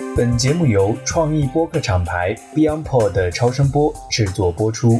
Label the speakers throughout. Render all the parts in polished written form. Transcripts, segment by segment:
Speaker 1: 本节目由创意播客厂牌 BeyondPod 的超声波制作播出。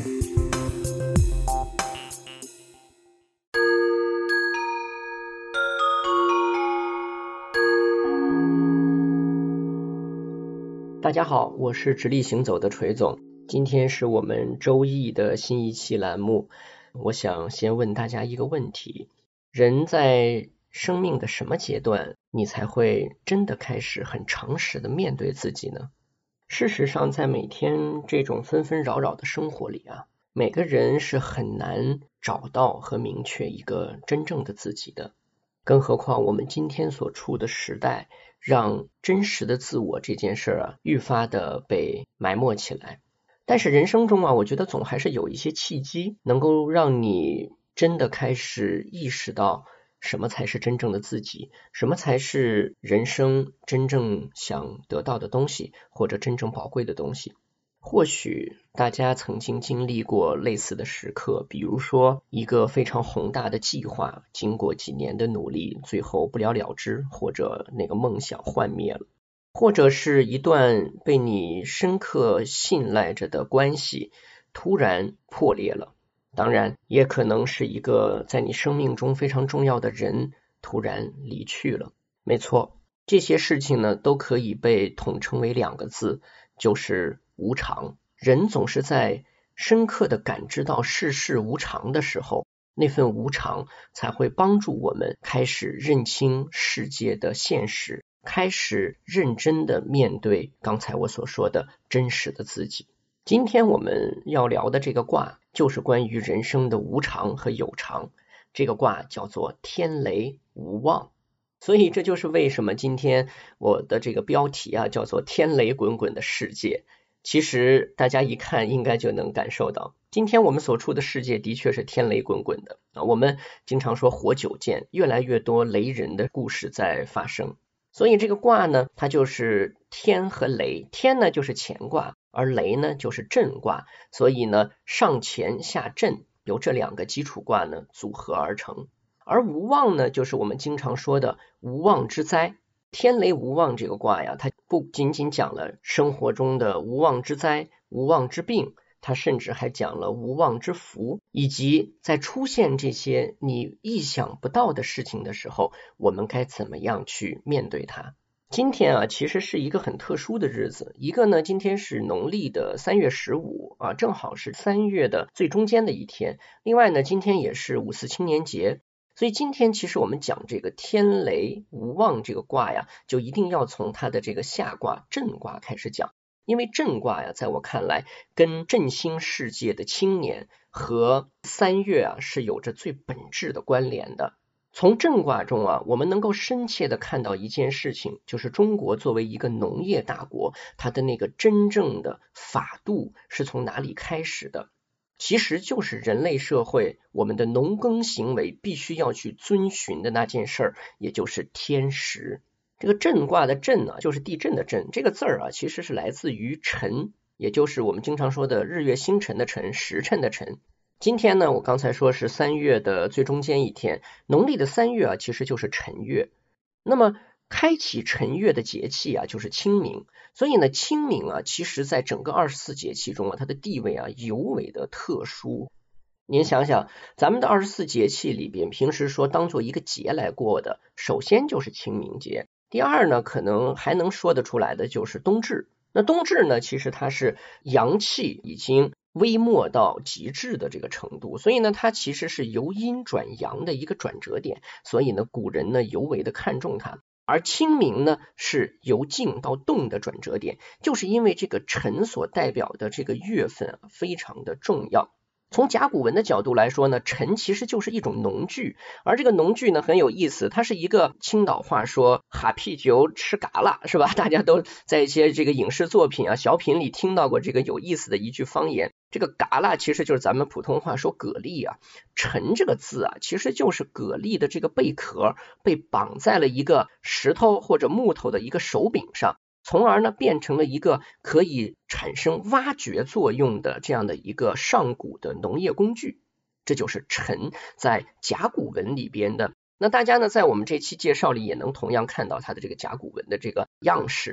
Speaker 2: 大家好，我是直立行走的锤总，今天是我们周易的新一期栏目。我想先问大家一个问题，人在生命的什么阶段，你才会真的开始很诚实的面对自己呢？事实上，在每天这种纷纷扰扰的生活里啊，每个人是很难找到和明确一个真正的自己的。更何况我们今天所处的时代，让真实的自我这件事啊，愈发的被埋没起来。但是人生中啊，我觉得总还是有一些契机，能够让你真的开始意识到什么才是真正的自己，什么才是人生真正想得到的东西，或者真正宝贵的东西。或许大家曾经经历过类似的时刻，比如说一个非常宏大的计划，经过几年的努力，最后不了了之，或者那个梦想幻灭了，或者是一段被你深刻信赖着的关系突然破裂了。当然也可能是一个在你生命中非常重要的人突然离去了。没错，这些事情呢都可以被统称为两个字，就是无常。人总是在深刻的感知到世事无常的时候，那份无常才会帮助我们开始认清世界的现实，开始认真的面对刚才我所说的真实的自己。今天我们要聊的这个卦就是关于人生的无常和有常，这个卦叫做天雷无妄。所以这就是为什么今天我的这个标题啊叫做天雷滚滚的世界。其实大家一看应该就能感受到，今天我们所处的世界的确是天雷滚滚的啊。我们经常说活久见，越来越多雷人的故事在发生。所以这个卦呢，它就是天和雷，天呢就是乾卦，而雷呢就是震卦，所以呢上乾下震由这两个基础卦呢组合而成。而无妄呢，就是我们经常说的无妄之灾。天雷无妄这个卦呀，它不仅仅讲了生活中的无妄之灾、无妄之病，它甚至还讲了无妄之福，以及在出现这些你意想不到的事情的时候，我们该怎么样去面对它。今天啊，其实是一个很特殊的日子，一个呢，今天是农历的3月15啊，正好是3月的最中间的一天。另外呢，今天也是5·4青年节。所以今天其实我们讲这个天雷无妄这个卦呀，就一定要从它的这个下卦震卦开始讲。因为震卦呀，在我看来跟振兴世界的青年和3月啊是有着最本质的关联的。从震卦中啊，我们能够深切的看到一件事情，就是中国作为一个农业大国，它的那个真正的法度是从哪里开始的。其实就是人类社会我们的农耕行为必须要去遵循的那件事儿，也就是天时。这个震卦的震啊，就是地震的震，这个字儿啊，其实是来自于辰，也就是我们经常说的日月星辰的辰，时辰的辰。今天呢，我刚才说是3月的最中间一天，农历的3月啊，其实就是辰月。那么开启辰月的节气啊，就是清明。所以呢，清明啊，其实在整个24节气中啊，它的地位啊尤为的特殊。您想想，咱们的24节气里边，平时说当做一个节来过的，首先就是清明节。第二呢，可能还能说得出来的就是冬至。那冬至呢，其实它是阳气已经微末到极致的这个程度，所以呢，它其实是由阴转阳的一个转折点，所以呢，古人呢尤为的看重它。而清明呢是由静到动的转折点，就是因为这个辰所代表的这个月份非常的重要。从甲骨文的角度来说呢，辰其实就是一种农具，而这个农具呢很有意思，它是一个青岛话说哈啤酒吃嘎啦，是吧？大家都在一些这个影视作品啊、小品里听到过这个有意思的一句方言。这个嘎啦其实就是咱们普通话说蛤蜊啊，辰这个字啊，其实就是蛤蜊的这个贝壳被绑在了一个石头或者木头的一个手柄上，从而呢变成了一个可以产生挖掘作用的这样的一个上古的农业工具。这就是辰在甲骨文里边的。那大家呢在我们这期介绍里也能同样看到它的这个甲骨文的这个样式。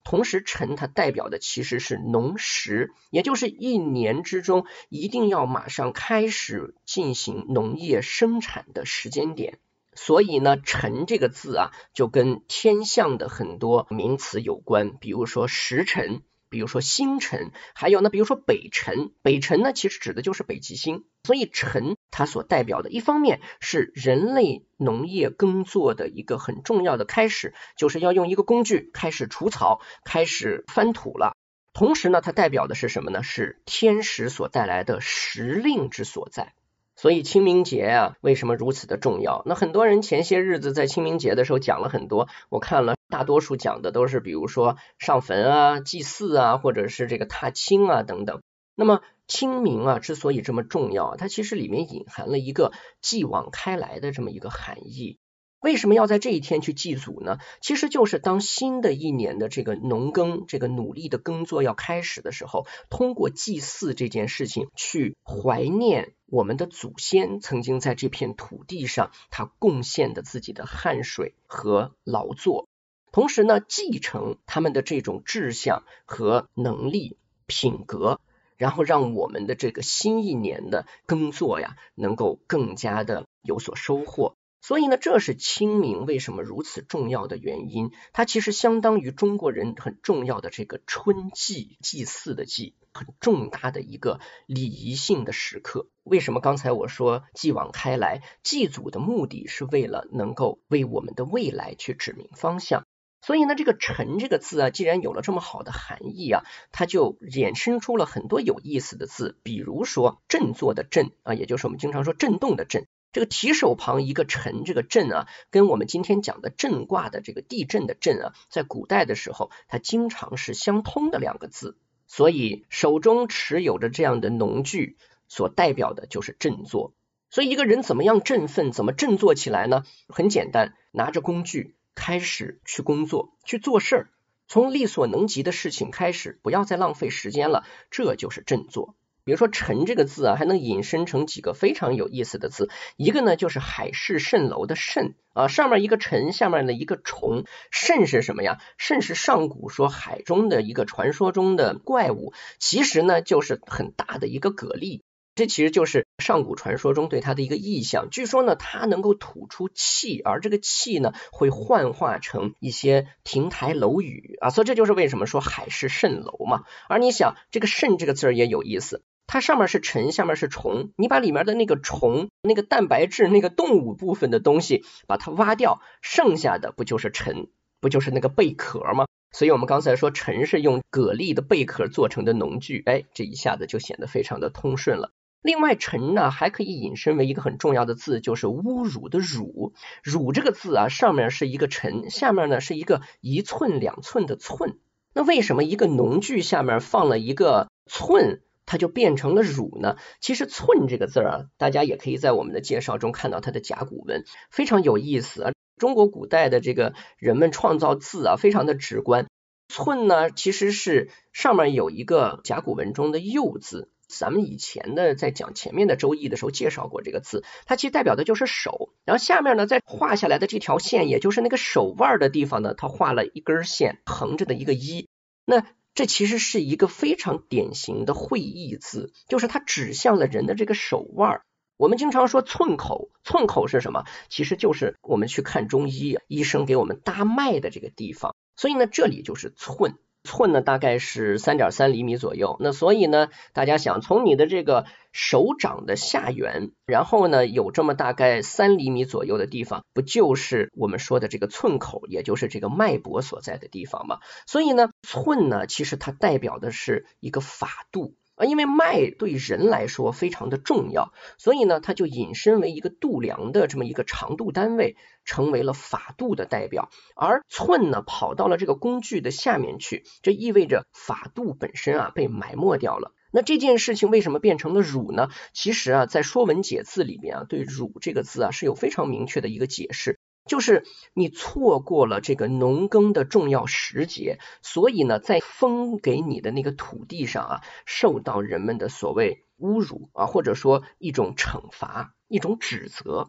Speaker 2: 同时辰它代表的其实是农时，也就是一年之中一定要马上开始进行农业生产的时间点。所以呢，辰这个字啊，就跟天象的很多名词有关，比如说时辰，比如说星辰，还有呢，比如说北辰。北辰呢，其实指的就是北极星。所以辰它所代表的一方面是人类农业耕作的一个很重要的开始，就是要用一个工具开始除草，开始翻土了。同时呢，它代表的是什么呢？是天时所带来的时令之所在。所以清明节啊，为什么如此的重要？那很多人前些日子在清明节的时候讲了很多，我看了大多数讲的都是比如说上坟啊、祭祀啊，或者是这个踏青啊等等。那么清明啊之所以这么重要，它其实里面隐含了一个继往开来的这么一个含义。为什么要在这一天去祭祖呢？其实就是当新的一年的这个农耕，这个努力的耕作要开始的时候，通过祭祀这件事情去怀念我们的祖先曾经在这片土地上他贡献的自己的汗水和劳作，同时呢，继承他们的这种志向和能力、品格，然后让我们的这个新一年的耕作呀，能够更加的有所收获。所以呢，这是清明为什么如此重要的原因，它其实相当于中国人很重要的这个春祭，祭祀的祭，很重大的一个礼仪性的时刻。为什么刚才我说继往开来，祭祖的目的是为了能够为我们的未来去指明方向。所以呢，这个辰这个字啊，既然有了这么好的含义啊，它就衍生出了很多有意思的字，比如说振作的振啊，也就是我们经常说震动的震。这个提手旁一个辰，这个震啊，跟我们今天讲的震卦的这个地震的震啊，在古代的时候，它经常是相通的两个字。所以手中持有着这样的农具，所代表的就是振作。所以一个人怎么样振奋，怎么振作起来呢？很简单，拿着工具开始去工作，去做事儿，从力所能及的事情开始，不要再浪费时间了，这就是振作。比如说辰这个字啊，还能引申成几个非常有意思的字。一个呢就是海市蜃楼的蜃啊，上面一个辰，下面的一个虫。蜃是什么呀？蜃是上古说海中的一个传说中的怪物，其实呢就是很大的一个蛤蜊。这其实就是上古传说中对它的一个意象。据说呢，它能够吐出气，而这个气呢会幻化成一些亭台楼宇啊，所以这就是为什么说海市蜃楼嘛。而你想，这个蜃这个字也有意思。它上面是辰，下面是虫，你把里面的那个虫，那个蛋白质，那个动物部分的东西把它挖掉，剩下的不就是辰，不就是那个贝壳吗？所以我们刚才说辰是用蛤蜊的贝壳做成的农具，这一下子就显得非常的通顺了。另外辰呢还可以引申为一个很重要的字，就是侮辱的辱。辱这个字啊，上面是一个辰，下面呢是一个1寸2寸的寸。那为什么一个农具下面放了一个寸，它就变成了辱呢？其实寸这个字啊，大家也可以在我们的介绍中看到它的甲骨文，非常有意思啊。中国古代的这个人们创造字啊，非常的直观。寸呢其实是上面有一个甲骨文中的右字，咱们以前的在讲前面的周易的时候介绍过这个字，它其实代表的就是手，然后下面呢再画下来的这条线，也就是那个手腕的地方呢，它画了一根线，横着的一个一。那这其实是一个非常典型的会意字，就是它指向了人的这个手腕。我们经常说寸口，寸口是什么？其实就是我们去看中医，医生给我们搭脉的这个地方。所以呢，这里就是寸。寸呢大概是3.3厘米左右，那所以呢大家想，从你的这个手掌的下缘，然后呢有这么大概3厘米左右的地方，不就是我们说的这个寸口，也就是这个脉搏所在的地方吗？所以呢寸呢其实它代表的是一个法度，因为脉对人来说非常的重要，所以呢它就引申为一个度量的这么一个长度单位，成为了法度的代表。而寸呢跑到了这个工具的下面去，这意味着法度本身啊被埋没掉了。那这件事情为什么变成了辱呢？其实啊在说文解字里面啊，对辱这个字啊是有非常明确的一个解释，就是你错过了这个农耕的重要时节，所以呢在分给你的那个土地上啊，受到人们的所谓侮辱啊，或者说一种惩罚，一种指责。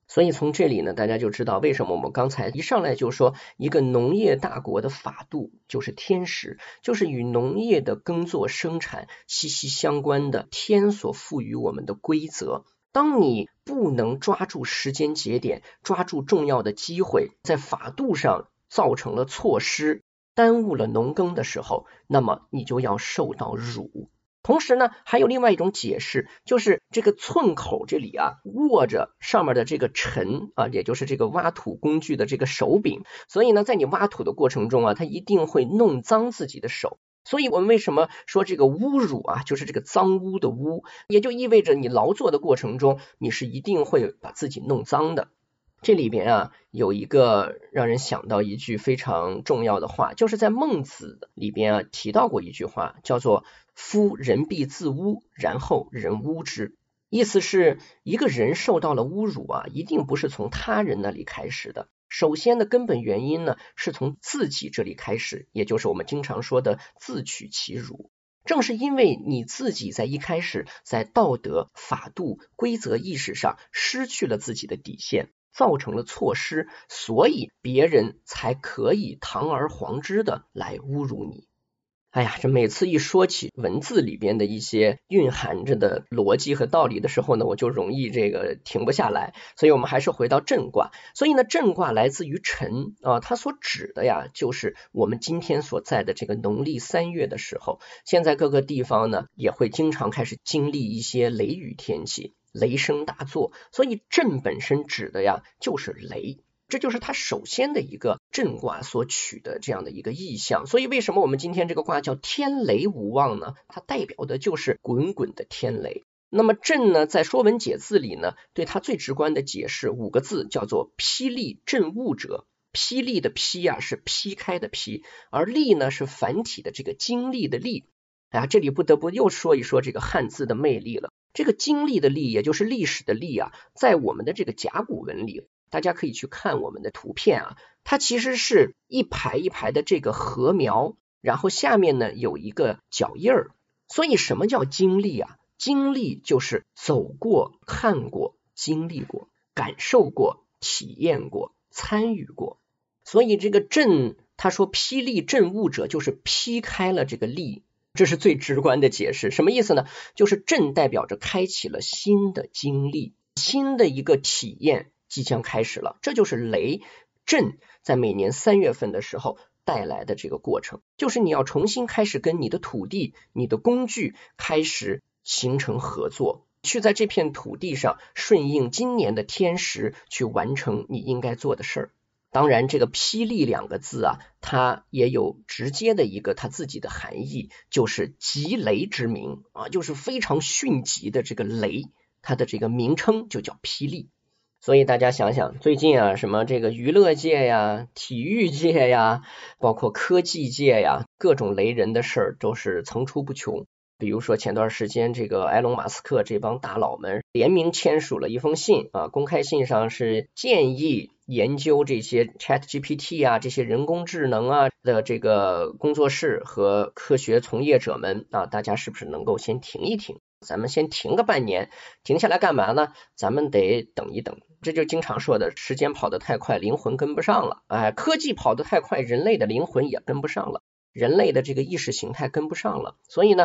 Speaker 2: 所以从这里呢，大家就知道为什么我们刚才一上来就说一个农业大国的法度就是天时，就是与农业的耕作生产息息相关的天所赋予我们的规则。当你不能抓住时间节点，抓住重要的机会，在法度上造成了错失，耽误了农耕的时候，那么你就要受到辱。同时呢，还有另外一种解释，就是这个寸口这里啊，握着上面的这个锄啊，也就是这个挖土工具的这个手柄，所以呢，在你挖土的过程中啊，它一定会弄脏自己的手。所以我们为什么说这个污辱啊，就是这个脏污的污，也就意味着你劳作的过程中，你是一定会把自己弄脏的。这里边啊，有一个让人想到一句非常重要的话，就是在孟子里边啊提到过一句话，叫做夫人必自污，然后人污之。意思是一个人受到了侮辱啊，一定不是从他人那里开始的，首先的根本原因呢，是从自己这里开始，也就是我们经常说的自取其辱。正是因为你自己在一开始在道德、法度、规则意识上失去了自己的底线，造成了错失，所以别人才可以堂而皇之的来侮辱你。哎呀，这每次一说起文字里边的一些蕴含着的逻辑和道理的时候呢，我就容易这个停不下来。所以我们还是回到震卦。所以呢，震卦来自于辰啊，它所指的呀，就是我们今天所在的这个农历3月的时候。现在各个地方呢，也会经常开始经历一些雷雨天气，雷声大作，所以震本身指的呀，就是雷。这就是它首先的一个震卦所取的这样的一个意象。所以为什么我们今天这个卦叫天雷无妄呢？它代表的就是滚滚的天雷。那么震呢，在说文解字里呢，对它最直观的解释5个字，叫做霹雳震物者。霹雳的霹啊是劈开的劈，而厉呢是繁体的这个经历的历。这里不得不又说一说这个汉字的魅力了。这个经历的历，也就是历史的历啊，在我们的这个甲骨文里，大家可以去看我们的图片啊，它其实是一排一排的这个禾苗，然后下面呢有一个脚印儿。所以什么叫经历啊？经历就是走过、看过、经历过、感受过、体验过、参与过。所以这个震，他说霹雳震物者，就是劈开了这个厉。这是最直观的解释。什么意思呢？就是震代表着开启了新的经历，新的一个体验即将开始了。这就是雷震在每年3月份的时候带来的这个过程，就是你要重新开始跟你的土地、你的工具开始形成合作，去在这片土地上顺应今年的天时，去完成你应该做的事儿。当然这个霹雳2个字啊，它也有直接的一个它自己的含义，就是疾雷之名啊，就是非常迅疾的这个雷，它的这个名称就叫霹雳。所以大家想想，最近啊，什么这个娱乐界呀、体育界呀，包括科技界呀，各种雷人的事儿都是层出不穷。比如说前段时间这个埃隆马斯克这帮大佬们联名签署了一封信啊，公开信上是建议研究这些 ChatGPT 啊，这些人工智能啊的这个工作室和科学从业者们啊，大家是不是能够先停一停？咱们先停个半年，停下来干嘛呢？咱们得等一等。这就经常说的，时间跑得太快，灵魂跟不上了。科技跑得太快，人类的灵魂也跟不上了。人类的这个意识形态跟不上了，所以呢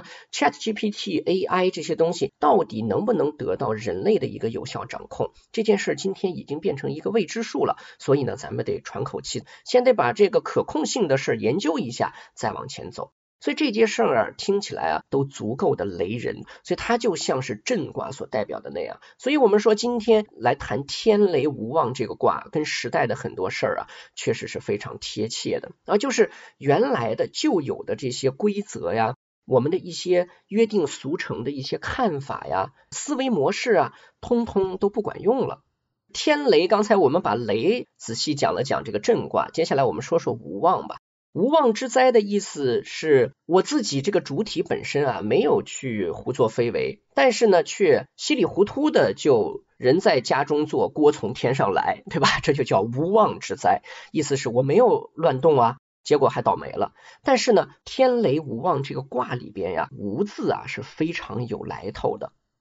Speaker 2: ChatGPT、AI 这些东西到底能不能得到人类的一个有效掌控，这件事今天已经变成一个未知数了。所以呢，咱们得喘口气，先得把这个可控性的事研究一下，再往前走。所以这件事啊，听起来啊都足够的雷人，所以它就像是震卦所代表的那样。所以我们说今天来谈天雷无妄这个卦，跟时代的很多事儿啊，确实是非常贴切的啊，就是原来的旧有的这些规则呀，我们的一些约定俗成的一些看法呀、思维模式啊，通通都不管用了。天雷，刚才我们把雷仔细讲了讲这个震卦，接下来我们说说无妄吧。无妄之灾的意思是我自己这个主体本身啊，没有去胡作非为，但是呢，却稀里糊涂的就人在家中坐，锅从天上来，对吧？这就叫无妄之灾，意思是我没有乱动啊，结果还倒霉了。但是呢，天雷无妄这个卦里边呀，无字啊是非常有来头的。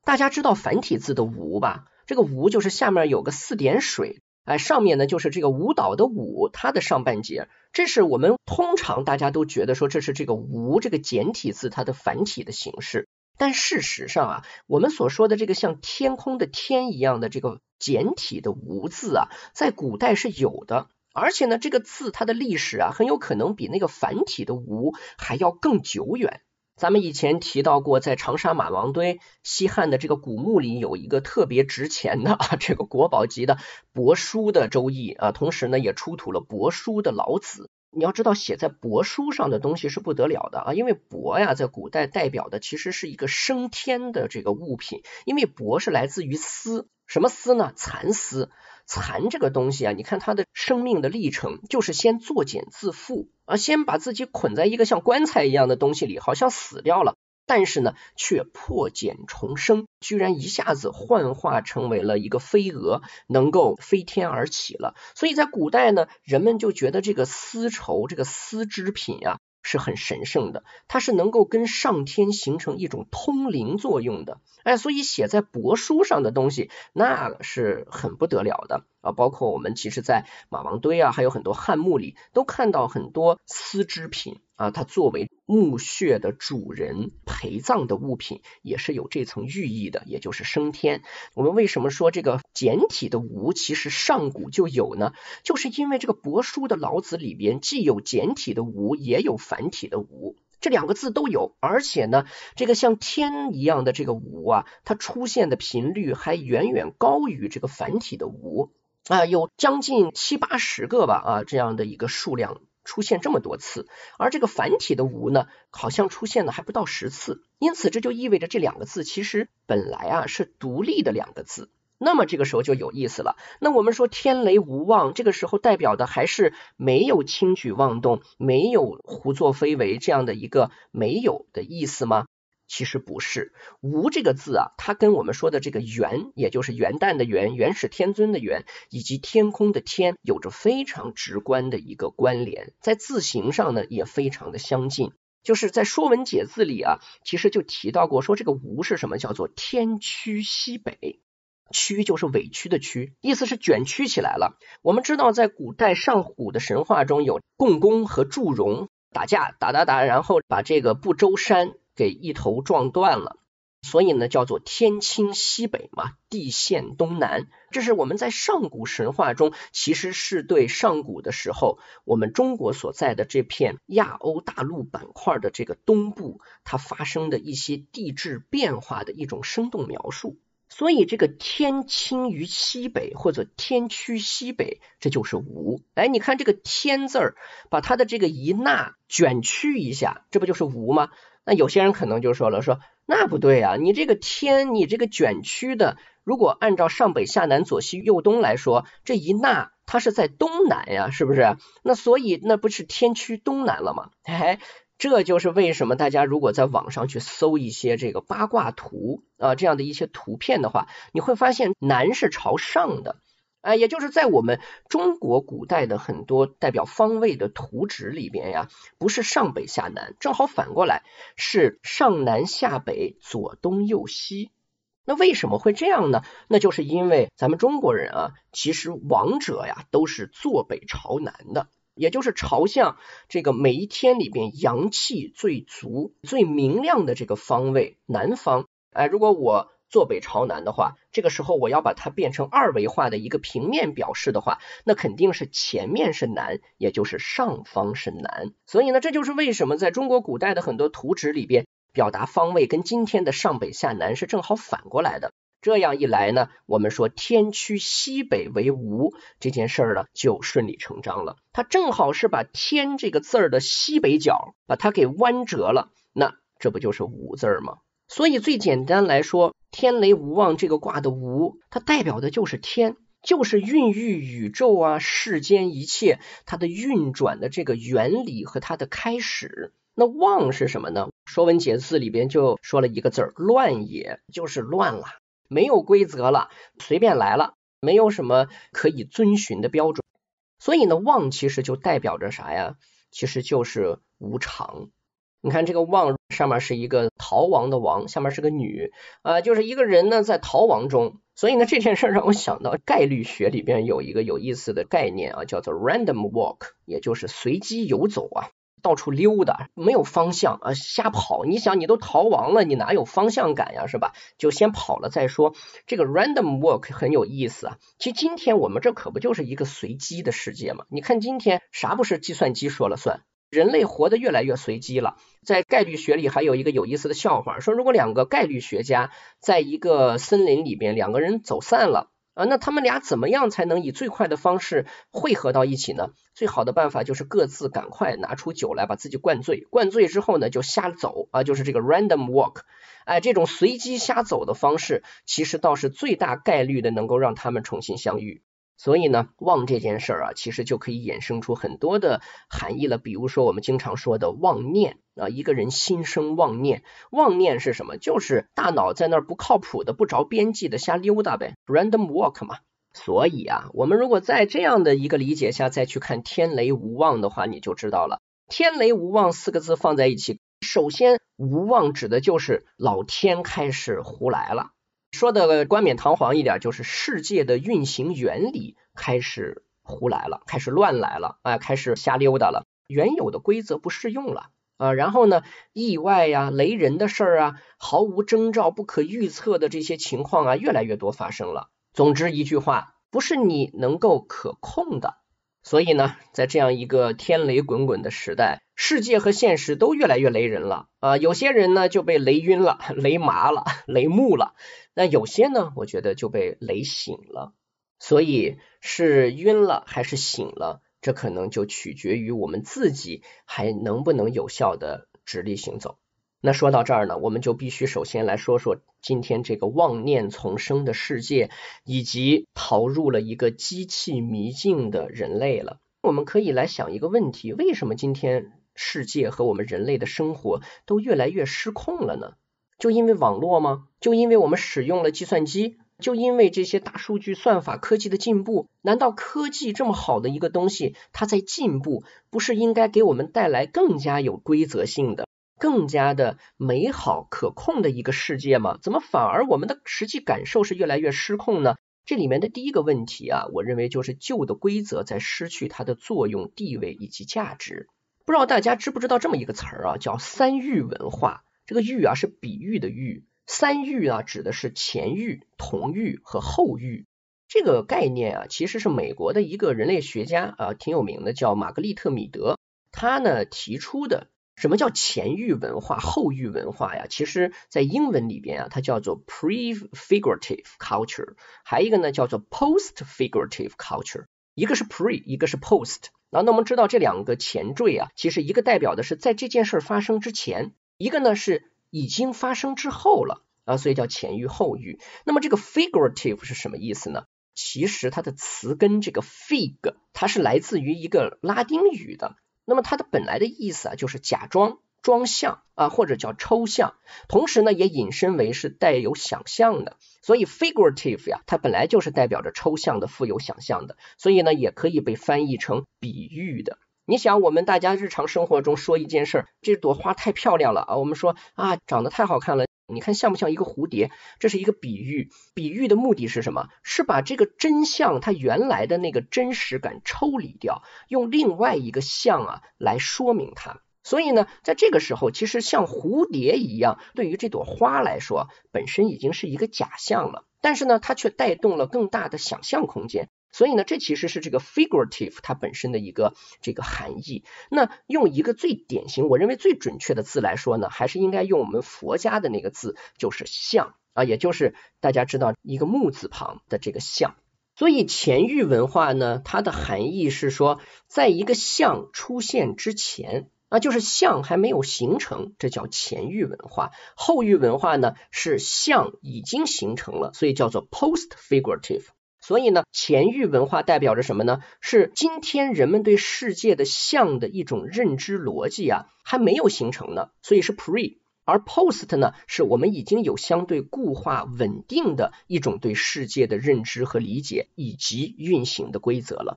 Speaker 2: 大家知道繁体字的吴吧？这个吴就是下面有个4点水，上面呢就是这个舞蹈的舞，它的上半截，这是我们通常大家都觉得说这是这个吴这个简体字它的繁体的形式。但事实上啊，我们所说的这个像天空的天一样的这个简体的吴字啊，在古代是有的，而且呢这个字它的历史啊，很有可能比那个繁体的吴还要更久远。咱们以前提到过，在长沙马王堆西汉的这个古墓里有一个特别值钱的这个国宝级的帛书的周易同时呢也出土了帛书的老子。你要知道写在帛书上的东西是不得了的因为帛呀在古代代表的其实是一个升天的这个物品，因为帛是来自于丝，什么丝呢？蚕丝。蚕这个东西你看它的生命的历程就是先作茧自缚先把自己捆在一个像棺材一样的东西里，好像死掉了，但是呢却破茧重生，居然一下子幻化成为了一个飞蛾，能够飞天而起了。所以在古代呢，人们就觉得这个丝绸这个丝织品是很神圣的，它是能够跟上天形成一种通灵作用的。所以写在帛书上的东西那是很不得了的包括我们其实在马王堆还有很多汉墓里都看到很多丝织品它作为墓穴的主人陪葬的物品，也是有这层寓意的，也就是升天。我们为什么说这个简体的吴其实上古就有呢？就是因为这个帛书的老子里边既有简体的吴也有繁体的吴，这2个字都有，而且呢这个像天一样的这个吴它出现的频率还远远高于这个繁体的吴有将近70-80个吧这样的一个数量出现这么多次，而这个繁体的吴呢好像出现的还不到10次，因此这就意味着这2个字其实本来是独立的2个字。那么这个时候就有意思了，那我们说天雷无妄，这个时候代表的还是没有轻举妄动，没有胡作非为这样的一个没有的意思吗？其实不是。无这个字它跟我们说的这个元，也就是元旦的元，元始天尊的元，以及天空的天有着非常直观的一个关联，在字形上呢也非常的相近。就是在说文解字里其实就提到过，说这个无是什么，叫做天屈西北，屈就是委屈的屈，意思是卷曲起来了。我们知道在古代上古的神话中有共工和祝融打架打，然后把这个不周山给一头撞断了，所以呢叫做天倾西北嘛，地陷东南。这是我们在上古神话中其实是对上古的时候我们中国所在的这片亚欧大陆板块的这个东部它发生的一些地质变化的一种生动描述。所以这个天倾于西北或者天屈西北，这就是无。你看这个天字儿把它的这个一捺卷曲一下，这不就是无吗？那有些人可能就说了，说那不对你这个天你这个卷曲的，如果按照上北下南左西右东来说，这一捺它是在东南呀，是不是？那所以那不是天屈东南了吗？这就是为什么大家如果在网上去搜一些这个八卦图这样的一些图片的话，你会发现南是朝上的也就是在我们中国古代的很多代表方位的图纸里边不是上北下南，正好反过来是上南下北左东右西。那为什么会这样呢？那就是因为咱们中国人其实王者都是坐北朝南的，也就是朝向这个每一天里边阳气最足最明亮的这个方位南方如果我坐北朝南的话，这个时候我要把它变成2维化的一个平面表示的话，那肯定是前面是南，也就是上方是南。所以呢，这就是为什么在中国古代的很多图纸里边表达方位跟今天的上北下南是正好反过来的。这样一来呢，我们说天屈西北为无这件事儿呢就顺理成章了，它正好是把天这个字儿的西北角把它给弯折了，那这不就是无字吗？所以最简单来说，天雷无妄这个卦的无，它代表的就是天，就是孕育宇宙世间一切它的运转的这个原理和它的开始。那妄是什么呢？说文解字里边就说了一个字儿，乱也，就是乱了，没有规则了，随便来了，没有什么可以遵循的标准。所以呢，妄其实就代表着啥呀？其实就是无常。 你看这个望上面是一个逃亡的亡，下面是个女就是一个人呢在逃亡中。所以呢这件事让我想到概率学里边有一个有意思的概念叫做 random walk， 也就是随机游走到处溜达，没有方向瞎跑。你想你都逃亡了，你哪有方向感呀，是吧？就先跑了再说。这个 random walk 很有意思其实今天我们这可不就是一个随机的世界嘛？你看今天啥不是计算机说了算？人类活得越来越随机了。在概率学里还有一个有意思的笑话，说如果两个概率学家在一个森林里边，两个人走散了那他们俩怎么样才能以最快的方式汇合到一起呢？最好的办法就是各自赶快拿出酒来把自己灌醉，灌醉之后呢就瞎走就是这个 random walk。这种随机瞎走的方式其实倒是最大概率的能够让他们重新相遇。所以呢妄这件事其实就可以衍生出很多的含义了。比如说我们经常说的妄念一个人心生妄念。妄念是什么？就是大脑在那儿不靠谱的不着边际的瞎溜达呗， random walk 嘛。所以我们如果在这样的一个理解下再去看天雷无妄的话，你就知道了。天雷无妄四个字放在一起，首先无妄指的就是老天开始胡来了。说的冠冕堂皇一点，就是世界的运行原理开始胡来了，开始乱来了开始瞎溜达了，原有的规则不适用了然后呢意外雷人的事儿毫无征兆不可预测的这些情况越来越多发生了。总之一句话，不是你能够可控的。所以呢在这样一个天雷滚滚的时代，世界和现实都越来越雷人了有些人呢就被雷晕了，雷麻了，雷木了，那有些呢我觉得就被雷醒了。所以是晕了还是醒了，这可能就取决于我们自己还能不能有效的直立行走。那说到这儿呢，我们就必须首先来说说今天这个妄念丛生的世界，以及逃入了一个机器迷境的人类了。我们可以来想一个问题，为什么今天世界和我们人类的生活都越来越失控了呢？就因为网络吗？就因为我们使用了计算机？就因为这些大数据算法科技的进步？难道科技这么好的一个东西，它在进步，不是应该给我们带来更加有规则性的，更加的美好可控的一个世界吗？怎么反而我们的实际感受是越来越失控呢？这里面的第一个问题我认为就是旧的规则在失去它的作用、地位以及价值。不知道大家知不知道这么一个词儿叫三喻文化。这个喻是比喻的喻，三喻指的是前喻、同喻和后喻。这个概念其实是美国的一个人类学家挺有名的，叫玛格丽特·米德。他呢提出的。什么叫前喻文化、后喻文化呀？其实在英文里边它叫做 prefigurative culture， 还有一个呢叫做 postfigurative culture， 一个是 pre， 一个是 post。那我们知道这两个前缀其实一个代表的是在这件事发生之前，一个呢是已经发生之后了所以叫前喻后喻。那么这个 figurative 是什么意思呢？其实它的词根这个 fig 它是来自于一个拉丁语的，那么它的本来的意思就是假装、装象或者叫抽象，同时呢也引申为是带有想象的。所以 figurative 它本来就是代表着抽象的、富有想象的，所以呢也可以被翻译成比喻的。你想我们大家日常生活中说一件事，这朵花太漂亮了我们说长得太好看了，你看像不像一个蝴蝶？这是一个比喻。比喻的目的是什么？是把这个真相它原来的那个真实感抽离掉，用另外一个像来说明它。所以呢在这个时候，其实像蝴蝶一样，对于这朵花来说本身已经是一个假象了，但是呢它却带动了更大的想象空间。所以呢这其实是这个 figurative 它本身的一个这个含义。那用一个最典型我认为最准确的字来说呢，还是应该用我们佛家的那个字，就是像也就是大家知道一个木字旁的这个像。所以前喻文化呢，它的含义是说在一个像出现之前就是像还没有形成，这叫前喻文化。后喻文化呢是像已经形成了，所以叫做 postfigurative。所以呢前喻文化代表着什么呢？是今天人们对世界的像的一种认知逻辑还没有形成呢，所以是 pre。 而 post 呢是我们已经有相对固化稳定的一种对世界的认知和理解以及运行的规则了。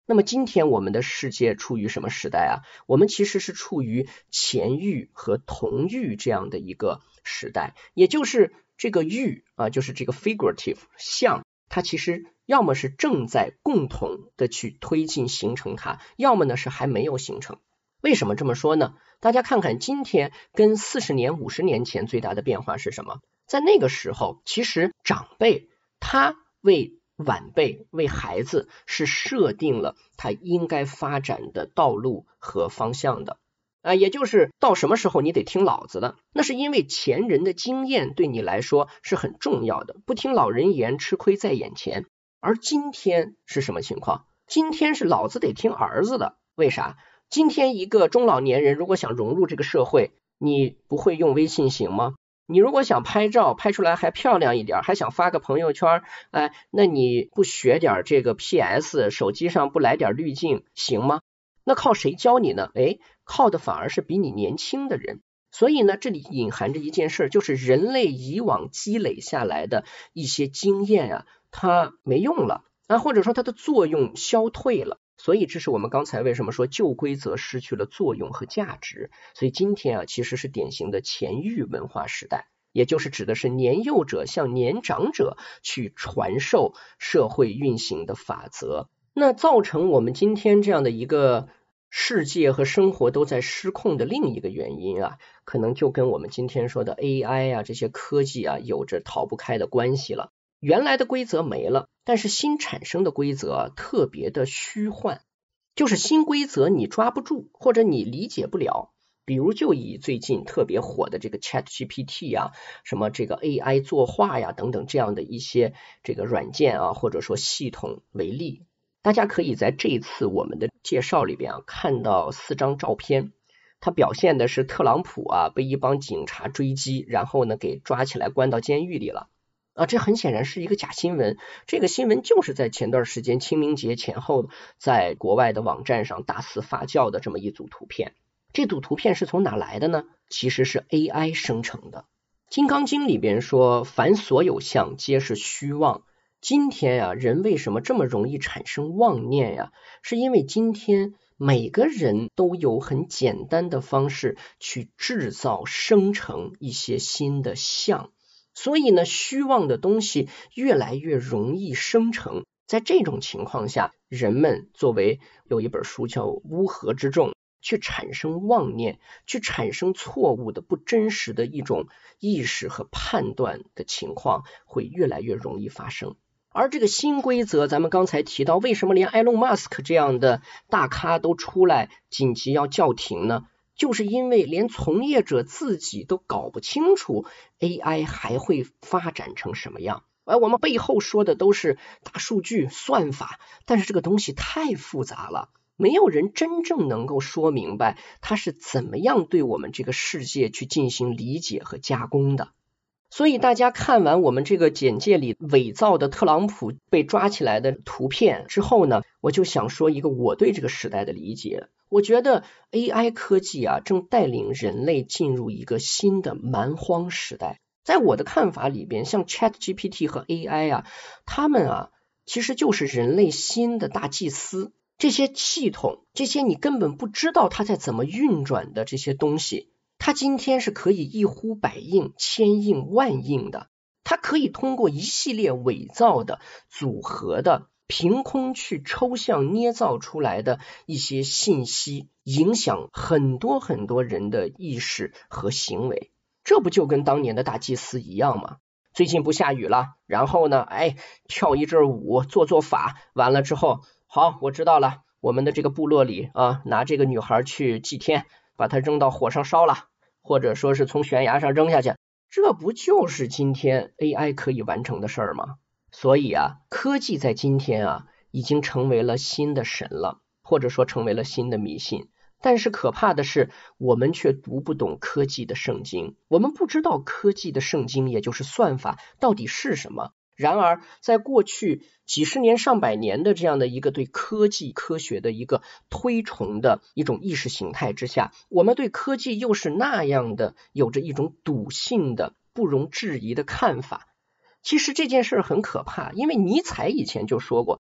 Speaker 2: 那么今天我们的世界处于什么时代啊？我们其实是处于前域和同域这样的一个时代，也就是这个域啊，就是这个 figurative 像，它其实要么是正在共同的去推进形成它，要么呢是还没有形成。为什么这么说呢？大家看看今天跟40年、50年前最大的变化是什么？在那个时候，其实长辈他为晚辈为孩子是设定了他应该发展的道路和方向的也就是到什么时候你得听老子的，那是因为前人的经验对你来说是很重要的，不听老人言，吃亏在眼前。而今天是什么情况？今天是老子得听儿子的。为啥？今天一个中老年人如果想融入这个社会，你不会用微信行吗？你如果想拍照拍出来还漂亮一点，还想发个朋友圈，那你不学点这个 PS， 手机上不来点滤镜行吗？那靠谁教你呢？靠的反而是比你年轻的人。所以呢，这里隐含着一件事，就是人类以往积累下来的一些经验它没用了或者说它的作用消退了。所以这是我们刚才为什么说旧规则失去了作用和价值。所以今天其实是典型的前域文化时代，也就是指的是年幼者向年长者去传授社会运行的法则。那造成我们今天这样的一个世界和生活都在失控的另一个原因可能就跟我们今天说的 AI 这些科技有着逃不开的关系了。原来的规则没了，但是新产生的规则特别的虚幻，就是新规则你抓不住或者你理解不了。比如就以最近特别火的这个 ChatGPT 什么这个 AI 作画等等这样的一些这个软件或者说系统为例，大家可以在这一次我们的介绍里边看到4张照片，它表现的是特朗普被一帮警察追击，然后呢给抓起来关到监狱里了这很显然是一个假新闻。这个新闻就是在前段时间清明节前后在国外的网站上大肆发酵的这么一组图片。这组图片是从哪来的呢？其实是 AI 生成的。金刚经里边说凡所有相皆是虚妄。今天人为什么这么容易产生妄念是因为今天每个人都有很简单的方式去制造生成一些新的相，所以呢虚妄的东西越来越容易生成。在这种情况下，人们作为有一本书叫乌合之众，去产生妄念，去产生错误的不真实的一种意识和判断的情况会越来越容易发生。而这个新规则咱们刚才提到，为什么连埃隆马斯克这样的大咖都出来紧急要叫停呢？就是因为连从业者自己都搞不清楚 AI 还会发展成什么样。我们背后说的都是大数据算法，但是这个东西太复杂了，没有人真正能够说明白它是怎么样对我们这个世界去进行理解和加工的。所以大家看完我们这个简介里伪造的特朗普被抓起来的图片之后呢，我就想说一个我对这个时代的理解。我觉得 AI 科技正带领人类进入一个新的蛮荒时代。在我的看法里边，像 ChatGPT 和 AI 他们其实就是人类新的大祭司。这些系统，这些你根本不知道它在怎么运转的这些东西，它今天是可以一呼百应、千应万应的。它可以通过一系列伪造的、组合的、凭空去抽象捏造出来的一些信息，影响很多很多人的意识和行为。这不就跟当年的大祭司一样吗？最近不下雨了，然后呢跳一阵舞，做法，完了之后，好，我知道了，我们的这个部落里拿这个女孩去祭天，把她扔到火上烧了，或者说是从悬崖上扔下去，这不就是今天 AI 可以完成的事儿吗？所以科技在今天已经成为了新的神了，或者说成为了新的迷信。但是可怕的是，我们却读不懂科技的圣经，我们不知道科技的圣经，也就是算法到底是什么。然而在过去几十年上百年的这样的一个对科技科学的一个推崇的一种意识形态之下，我们对科技又是那样的有着一种笃信的不容置疑的看法。其实这件事很可怕，因为尼采以前就说过，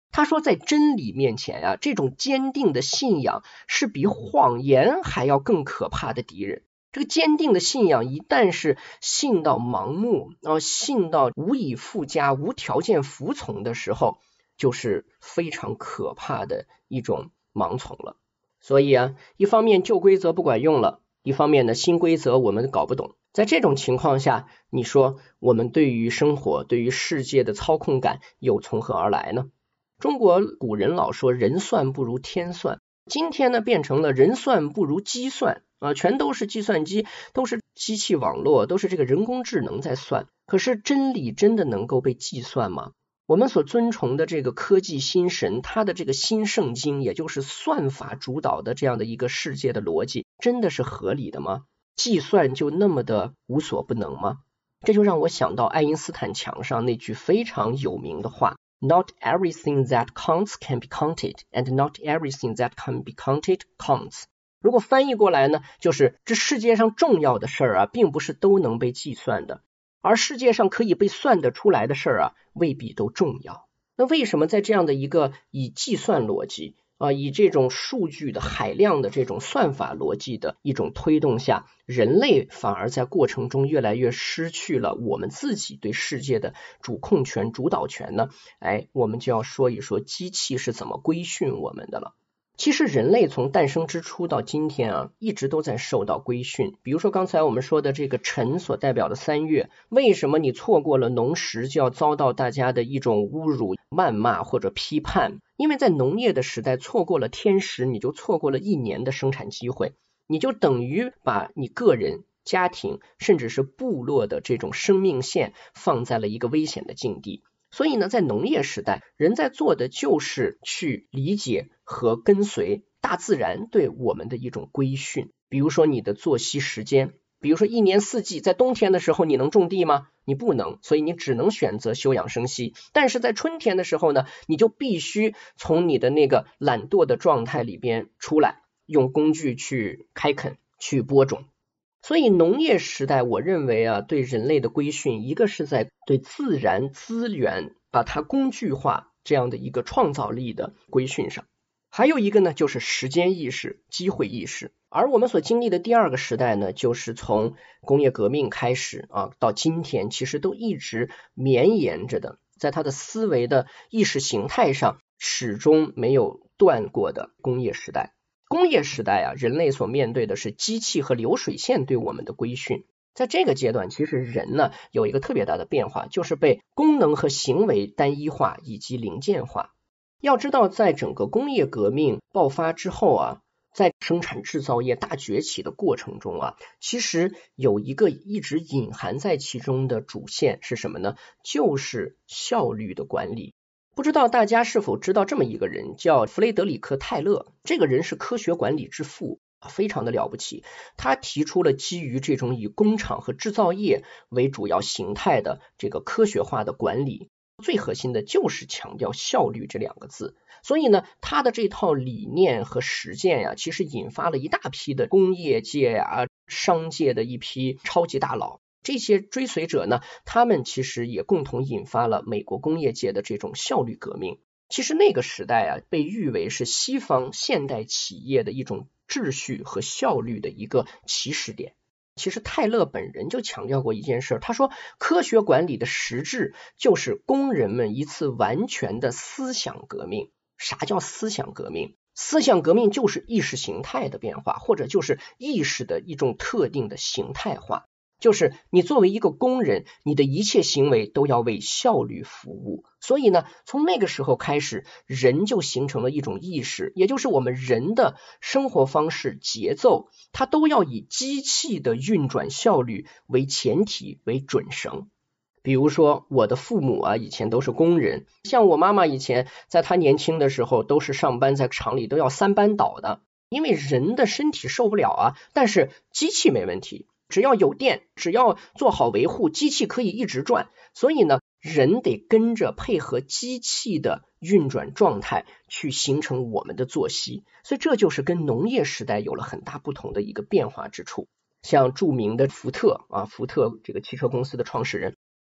Speaker 2: 他说在真理面前啊，这种坚定的信仰是比谎言还要更可怕的敌人。这个坚定的信仰一旦是信到盲目，信到无以复加、无条件服从的时候，就是非常可怕的一种盲从了。所以啊，一方面旧规则不管用了，一方面呢新规则我们搞不懂。在这种情况下，你说我们对于生活、对于世界的操控感又从何而来呢？中国古人老说人算不如天算，今天呢变成了人算不如机算全都是计算机，都是机器网络，都是这个人工智能在算。可是真理真的能够被计算吗？我们所尊崇的这个科技新神，他的这个新圣经，也就是算法主导的这样的一个世界的逻辑，真的是合理的吗？计算就那么的无所不能吗？这就让我想到爱因斯坦墙上那句非常有名的话， Not everything that counts can be counted, and not everything that can be counted counts。 如果翻译过来呢，就是这世界上重要的事儿并不是都能被计算的，而世界上可以被算得出来的事儿未必都重要。那为什么在这样的一个以计算逻辑以这种数据的海量的这种算法逻辑的一种推动下，人类反而在过程中越来越失去了我们自己对世界的主控权、主导权呢？我们就要说一说机器是怎么规训我们的了。其实人类从诞生之初到今天一直都在受到规训。比如说刚才我们说的这个辰所代表的3月，为什么你错过了农时就要遭到大家的一种侮辱、谩骂或者批判？因为在农业的时代错过了天时，你就错过了1年的生产机会，你就等于把你个人、家庭甚至是部落的这种生命线放在了一个危险的境地。所以呢，在农业时代，人在做的就是去理解和跟随大自然对我们的一种规训。比如说你的作息时间，比如说1年4季，在冬天的时候你能种地吗？你不能，所以你只能选择休养生息。但是在春天的时候呢，你就必须从你的那个懒惰的状态里边出来，用工具去开垦、去播种。所以农业时代，我认为对人类的规训，一个是在对自然资源把它工具化这样的一个创造力的规训上，还有一个呢就是时间意识、机会意识。而我们所经历的第二个时代呢，就是从工业革命开始到今天，其实都一直绵延着的，在它的思维的意识形态上始终没有断过的工业时代。工业时代人类所面对的是机器和流水线对我们的规训。在这个阶段，其实人呢有一个特别大的变化，就是被功能和行为单一化以及零件化。要知道，在整个工业革命爆发之后在生产制造业大崛起的过程中其实有一个一直隐含在其中的主线是什么呢？就是效率的管理。不知道大家是否知道这么一个人，叫弗雷德里克·泰勒。这个人是科学管理之父，非常的了不起。他提出了基于这种以工厂和制造业为主要形态的这个科学化的管理，最核心的就是强调效率这2个字。所以呢，他的这套理念和实践其实引发了一大批的工业界商界的一批超级大佬。这些追随者呢，他们其实也共同引发了美国工业界的这种效率革命。其实那个时代被誉为是西方现代企业的一种秩序和效率的一个起始点。其实泰勒本人就强调过一件事，他说科学管理的实质就是工人们一次完全的思想革命。啥叫思想革命？思想革命就是意识形态的变化，或者就是意识的一种特定的形态化。就是你作为一个工人，你的一切行为都要为效率服务。所以呢，从那个时候开始，人就形成了一种意识，也就是我们人的生活方式、节奏，它都要以机器的运转效率为前提、为准绳。比如说我的父母以前都是工人，像我妈妈以前在她年轻的时候都是上班在厂里都要3班倒的，因为人的身体受不了但是机器没问题，只要有电，只要做好维护，机器可以一直转。所以呢，人得跟着配合机器的运转状态去形成我们的作息。所以这就是跟农业时代有了很大不同的一个变化之处。像著名的福特这个汽车公司的创始人，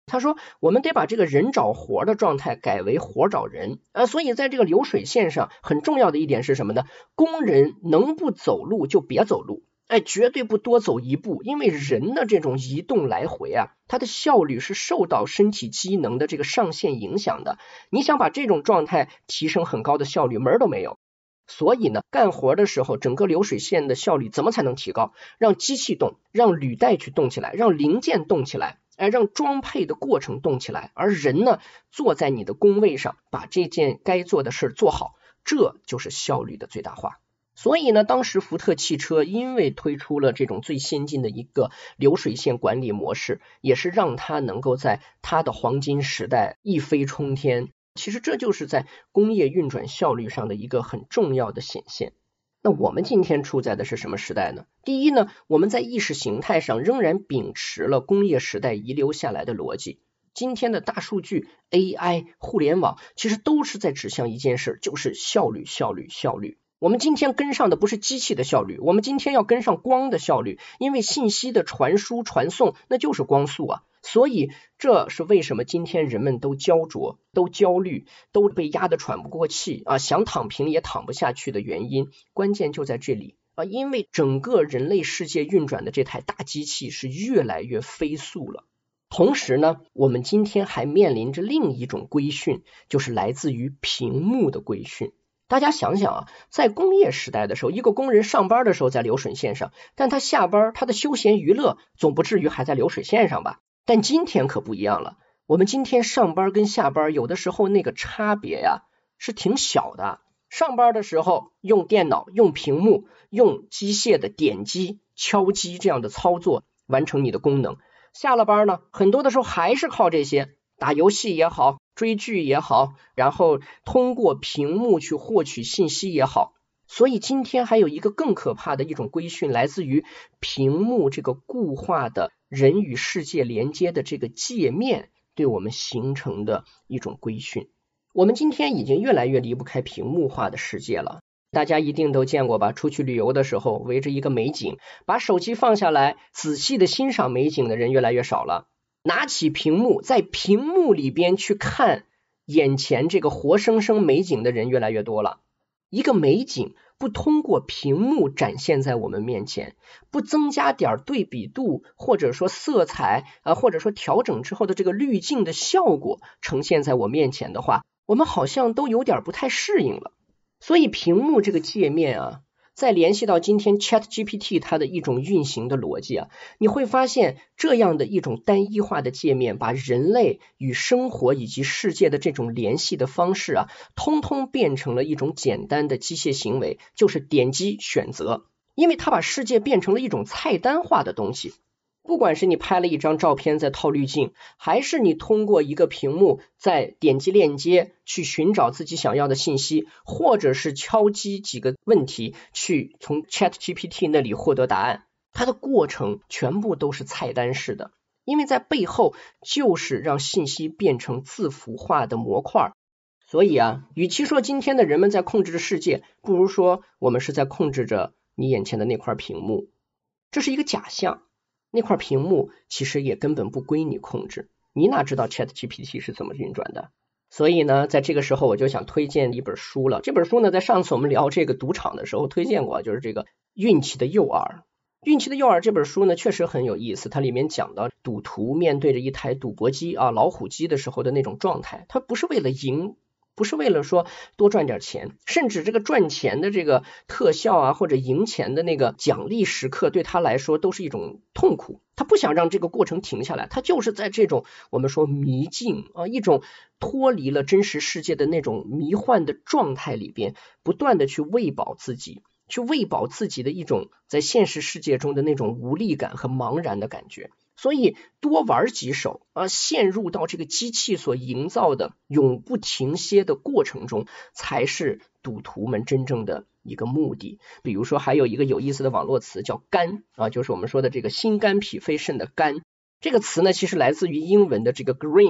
Speaker 2: 他说我们得把这个人找活的状态改为活找人所以在这个流水线上很重要的一点是什么呢？工人能不走路就别走路，绝对不多走一步，因为人的这种移动来回它的效率是受到身体机能的这个上限影响的，你想把这种状态提升很高的效率，门儿都没有。所以呢，干活的时候整个流水线的效率怎么才能提高？让机器动，让履带去动起来，让零件动起来，让装配的过程动起来，而人呢，坐在你的工位上，把这件该做的事做好，这就是效率的最大化。所以呢，当时福特汽车因为推出了这种最先进的一个流水线管理模式，也是让它能够在它的黄金时代一飞冲天。其实这就是在工业运转效率上的一个很重要的显现。那我们今天处在的是什么时代呢？第一呢，我们在意识形态上仍然秉持了工业时代遗留下来的逻辑。今天的大数据、AI、互联网其实都是在指向一件事，就是效率。我们今天跟上的不是机器的效率，我们今天要跟上光的效率，因为信息的传输传送那就是光速所以这是为什么今天人们都焦灼、都焦虑、都被压得喘不过气想躺平也躺不下去的原因。关键就在这里因为整个人类世界运转的这台大机器是越来越飞速了。同时呢，我们今天还面临着另一种规训，就是来自于屏幕的规训。大家想想在工业时代的时候，一个工人上班的时候在流水线上，但他下班他的休闲娱乐总不至于还在流水线上吧？但今天可不一样了，我们今天上班跟下班有的时候那个差别是挺小的。上班的时候用电脑、用屏幕、用机械的点击、敲击这样的操作完成你的功能，下了班呢，很多的时候还是靠这些打游戏也好，追剧也好，然后通过屏幕去获取信息也好。所以今天还有一个更可怕的一种规训，来自于屏幕这个固化的人与世界连接的这个界面对我们形成的一种规训。我们今天已经越来越离不开屏幕化的世界了，大家一定都见过吧？出去旅游的时候围着一个美景，把手机放下来仔细的欣赏美景的人越来越少了，拿起屏幕在屏幕里边去看眼前这个活生生美景的人越来越多了。一个美景不通过屏幕展现在我们面前，不增加点对比度，或者说色彩或者说调整之后的这个滤镜的效果呈现在我面前的话，我们好像都有点不太适应了。所以屏幕这个界面再联系到今天 ChatGPT 它的一种运行的逻辑你会发现这样的一种单一化的界面，把人类与生活以及世界的这种联系的方式通通变成了一种简单的机械行为，就是点击选择。因为它把世界变成了一种菜单化的东西。不管是你拍了一张照片在套滤镜，还是你通过一个屏幕在点击链接去寻找自己想要的信息，或者是敲击几个问题去从 ChatGPT 那里获得答案，它的过程全部都是菜单式的，因为在背后就是让信息变成字符化的模块。所以与其说今天的人们在控制着世界，不如说我们是在控制着你眼前的那块屏幕。这是一个假象，那块屏幕其实也根本不归你控制，你哪知道 ChatGPT 是怎么运转的？所以呢，在这个时候我就想推荐一本书了。这本书呢，在上次我们聊这个赌场的时候推荐过，就是这个运气的诱饵。运气的诱饵这本书呢，确实很有意思，它里面讲到赌徒面对着一台赌博机老虎机的时候的那种状态，它不是为了赢，不是为了说多赚点钱，甚至这个赚钱的这个特效或者赢钱的那个奖励时刻对他来说都是一种痛苦，他不想让这个过程停下来，他就是在这种我们说迷境一种脱离了真实世界的那种迷幻的状态里边，不断的去喂饱自己，去喂饱自己的一种在现实世界中的那种无力感和茫然的感觉。所以多玩几手陷入到这个机器所营造的永不停歇的过程中，才是赌徒们真正的一个目的。比如说还有一个有意思的网络词叫肝就是我们说的这个心肝脾肺肾的肝。这个词呢，其实来自于英文的这个 grind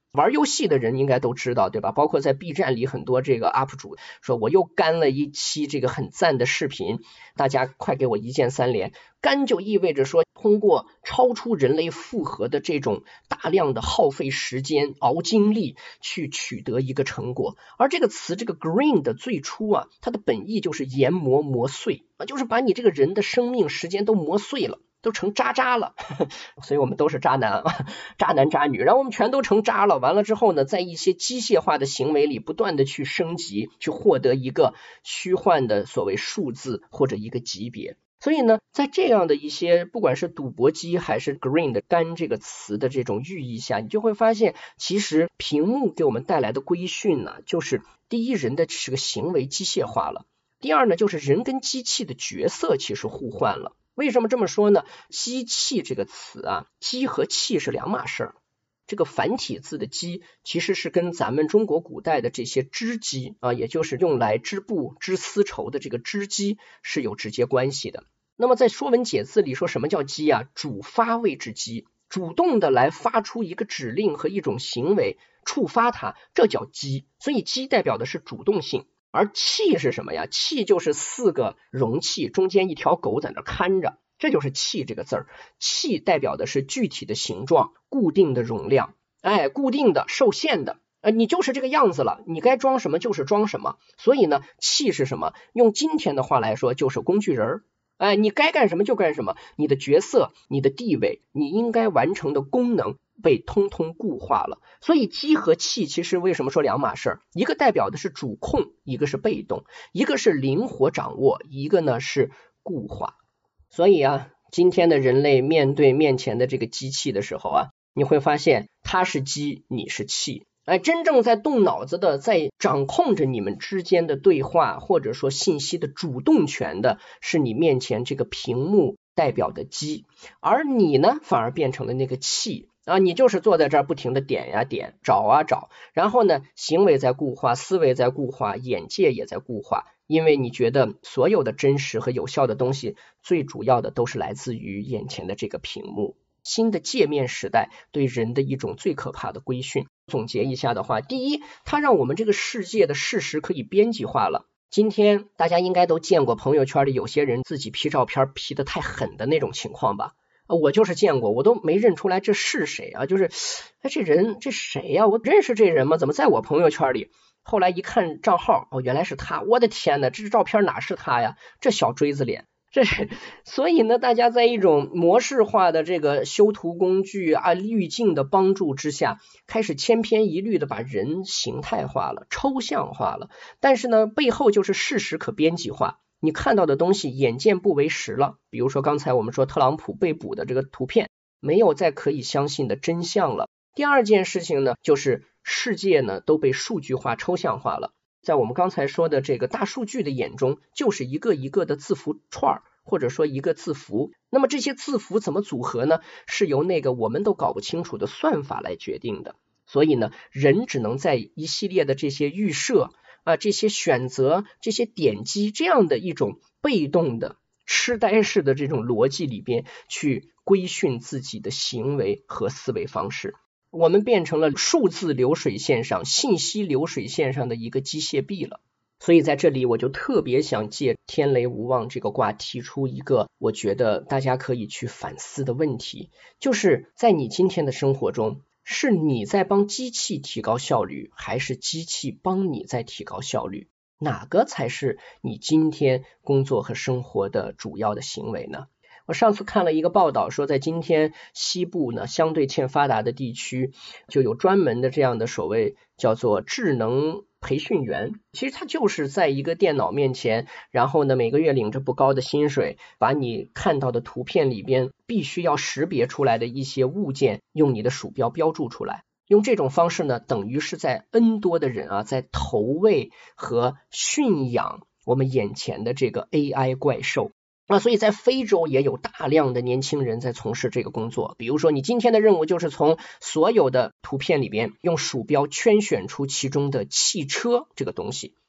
Speaker 2: 玩游戏的人应该都知道，对吧？包括在 B 站里很多这个 UP 主说我又干了一期这个很赞的视频，大家快给我一键3连。干就意味着说通过超出人类负荷的这种大量的耗费时间熬精力去取得一个成果。而这个词这个 grind 最初啊，它的本意就是研磨磨碎啊，就是把你这个人的生命时间都磨碎了，都成渣了所以我们都是渣男渣男渣女，然后我们全都成渣了，完了之后呢，在一些机械化的行为里不断的去升级，去获得一个虚幻的所谓数字或者一个级别。所以呢，在这样的一些不管是赌博机还是 green 的干这个词的这种寓意下，你就会发现其实屏幕给我们带来的规训呢，就是第一，人的这个行为机械化了，第二呢，就是人跟机器的角色其实互换了。为什么这么说呢？机器这个词啊，机和器是两码事儿。这个繁体字的机其实是跟咱们中国古代的这些织机啊，也就是用来织布织丝绸的这个织机是有直接关系的。那么在说文解字里说什么叫机啊？主发谓之机，主动的来发出一个指令和一种行为，触发它，这叫机。所以机代表的是主动性。而器是什么呀？器就是4个容器中间一条狗在那看着，这就是器这个字儿。器代表的是具体的形状，固定的容量，固定的受限的，你就是这个样子了，你该装什么就是装什么。所以呢，器是什么？用今天的话来说就是工具人。你该干什么就干什么，你的角色，你的地位，你应该完成的功能被通通固化了。所以机和器其实为什么说两码事儿？一个代表的是主控，一个是被动，一个是灵活掌握，一个呢是固化。所以啊，今天的人类面对面前的这个机器的时候啊，你会发现它是机，你是器。真正在动脑子的，在掌控着你们之间的对话或者说信息的主动权的，是你面前这个屏幕代表的机，而你呢反而变成了那个器啊，你就是坐在这儿不停的点呀点，找啊找，然后呢行为在固化，思维在固化，眼界也在固化，因为你觉得所有的真实和有效的东西最主要的都是来自于眼前的这个屏幕。新的界面时代对人的一种最可怕的规训。总结一下的话，第一，它让我们这个世界的事实可以编辑化了。今天大家应该都见过朋友圈里有些人自己 P 照片 P 得太狠的那种情况吧，我就是见过，我都没认出来这是谁啊，就是这人这谁呀，我认识这人吗？怎么在我朋友圈里？后来一看账号，原来是他，我的天哪，这照片哪是他呀，这小锥子脸。所以呢，大家在一种模式化的这个修图工具啊、滤镜的帮助之下，开始千篇一律的把人形态化了、抽象化了。但是呢，背后就是事实可编辑化，你看到的东西眼见不为实了。比如说刚才我们说特朗普被捕的这个图片，没有再可以相信的真相了。第二件事情呢，就是世界呢都被数据化、抽象化了。在我们刚才说的这个大数据的眼中，就是一个一个的字符串，或者说一个字符。那么这些字符怎么组合呢？是由那个我们都搞不清楚的算法来决定的。所以呢，人只能在一系列的这些预设这些选择、这些点击这样的一种被动的痴呆式的这种逻辑里边去规训自己的行为和思维方式。我们变成了数字流水线上、信息流水线上的一个机械臂了。所以在这里我就特别想借天雷无妄这个卦提出一个我觉得大家可以去反思的问题，就是在你今天的生活中，是你在帮机器提高效率，还是机器帮你在提高效率？哪个才是你今天工作和生活的主要的行为呢？我上次看了一个报道说，在今天西部呢相对欠发达的地区，就有专门的这样的所谓叫做智能培训员，其实他就是在一个电脑面前，然后呢每个月领着不高的薪水，把你看到的图片里边必须要识别出来的一些物件，用你的鼠标标注出来。用这种方式呢，等于是在 N 多的人在投喂和驯养我们眼前的这个 AI 怪兽。所以在非洲也有大量的年轻人在从事这个工作。比如说你今天的任务就是从所有的图片里边用鼠标圈选出其中的汽车这个东西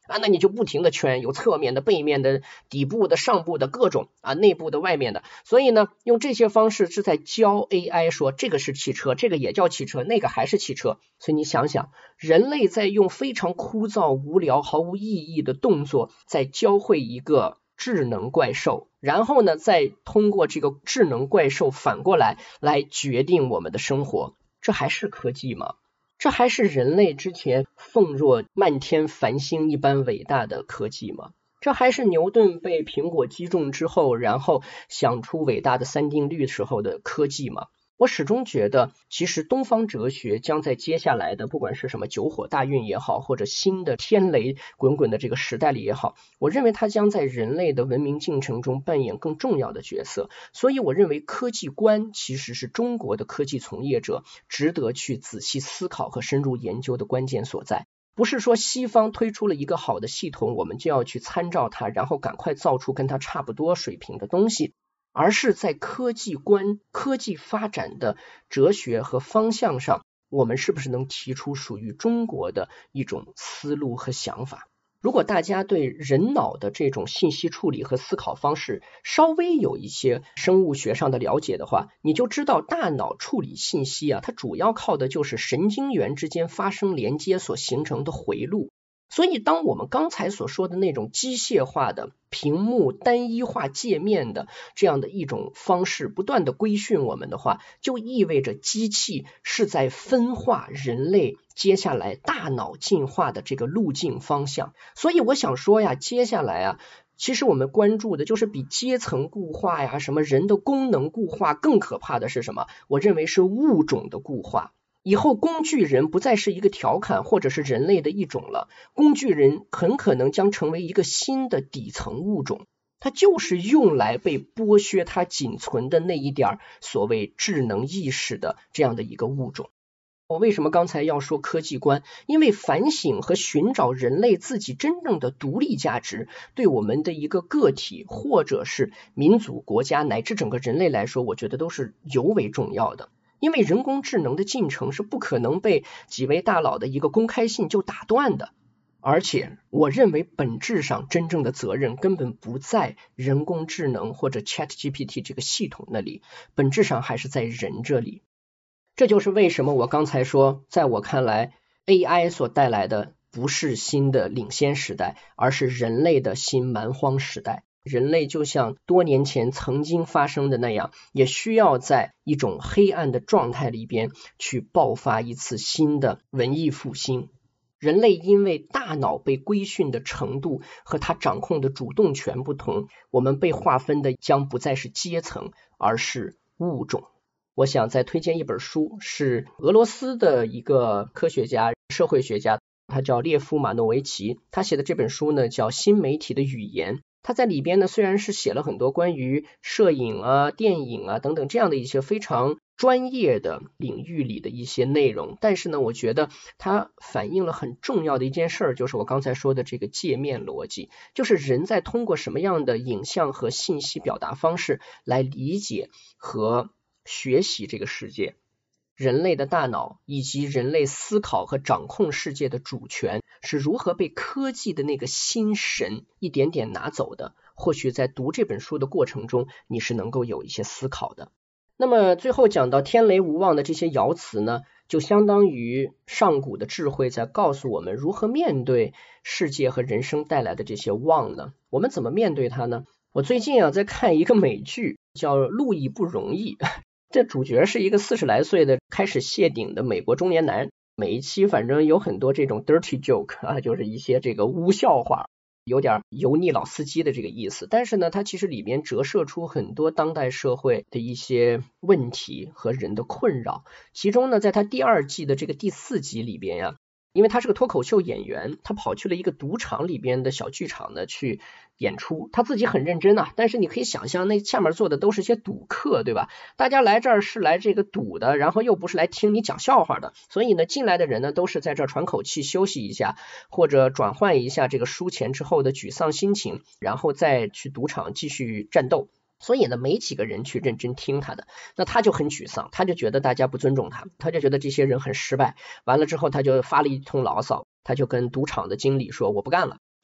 Speaker 2: 啊，那你就不停的圈，有侧面的、背面的、底部的、上部的各种啊，内部的、外面的。所以呢，用这些方式是在教 AI 说这个是汽车，这个也叫汽车，那个还是汽车。所以你想想，人类在用非常枯燥、无聊、毫无意义的动作，在教会一个智能怪兽，然后呢，再通过这个智能怪兽反过来决定我们的生活，这还是科技吗？这还是人类之前奉若漫天繁星一般伟大的科技吗？这还是牛顿被苹果击中之后，然后想出伟大的三定律时候的科技吗？我始终觉得，其实东方哲学将在接下来的不管是什么九火大运也好，或者新的天雷滚滚的这个时代里也好，我认为它将在人类的文明进程中扮演更重要的角色。所以我认为科技观其实是中国的科技从业者值得去仔细思考和深入研究的关键所在。不是说西方推出了一个好的系统，我们就要去参照它，然后赶快造出跟它差不多水平的东西，而是在科技观、科技发展的哲学和方向上，我们是不是能提出属于中国的一种思路和想法？如果大家对人脑的这种信息处理和思考方式稍微有一些生物学上的了解的话，你就知道大脑处理信息啊，它主要靠的就是神经元之间发生连接所形成的回路。所以当我们刚才所说的那种机械化的屏幕单一化界面的这样的一种方式不断的规训我们的话，就意味着机器是在分化人类接下来大脑进化的这个路径方向。所以我想说呀，接下来啊，其实我们关注的就是比阶层固化呀，什么人的功能固化更可怕的是什么？我认为是物种的固化。以后工具人不再是一个调侃或者是人类的一种了，工具人很可能将成为一个新的底层物种，它就是用来被剥削它仅存的那一点所谓智能意识的这样的一个物种。我为什么刚才要说科技观？因为反省和寻找人类自己真正的独立价值，对我们的一个个体或者是民族、国家乃至整个人类来说，我觉得都是尤为重要的。因为人工智能的进程是不可能被几位大佬的一个公开信就打断的，而且我认为本质上真正的责任根本不在人工智能或者 ChatGPT 这个系统那里，本质上还是在人这里。这就是为什么我刚才说，在我看来 AI 所带来的不是新的领先时代，而是人类的新蛮荒时代。人类就像多年前曾经发生的那样，也需要在一种黑暗的状态里边去爆发一次新的文艺复兴。人类因为大脑被规训的程度和它掌控的主动权不同，我们被划分的将不再是阶层，而是物种。我想再推荐一本书，是俄罗斯的一个科学家、社会学家，他叫列夫·马诺维奇，他写的这本书呢叫《新媒体的语言》。他在里边呢虽然是写了很多关于摄影啊、电影啊等等这样的一些非常专业的领域里的一些内容，但是呢我觉得它反映了很重要的一件事，就是我刚才说的这个界面逻辑，就是人在通过什么样的影像和信息表达方式来理解和学习这个世界。人类的大脑以及人类思考和掌控世界的主权是如何被科技的那个心神一点点拿走的，或许在读这本书的过程中你是能够有一些思考的。那么最后讲到天雷无妄的这些爻辞呢，就相当于上古的智慧在告诉我们如何面对世界和人生带来的这些妄呢？我们怎么面对它呢？我最近在看一个美剧叫《路易不容易》，这主角是一个40来岁的开始谢顶的美国中年男人，每一期反正有很多这种 dirty joke 啊，就是一些这个污笑话，有点油腻老司机的这个意思，但是呢它其实里面折射出很多当代社会的一些问题和人的困扰。其中呢在他第2季的这个第4集里边呀，因为他是个脱口秀演员，他跑去了一个赌场里边的小剧场呢去演出，他自己很认真啊，但是你可以想象那下面坐的都是些赌客，对吧？大家来这儿是来这个赌的，然后又不是来听你讲笑话的，所以呢进来的人呢都是在这儿喘口气休息一下，或者转换一下这个输钱之后的沮丧心情，然后再去赌场继续战斗。所以呢没几个人去认真听他的，那他就很沮丧，他就觉得大家不尊重他，他就觉得这些人很失败，完了之后他就发了一通牢骚，他就跟赌场的经理说我不干了。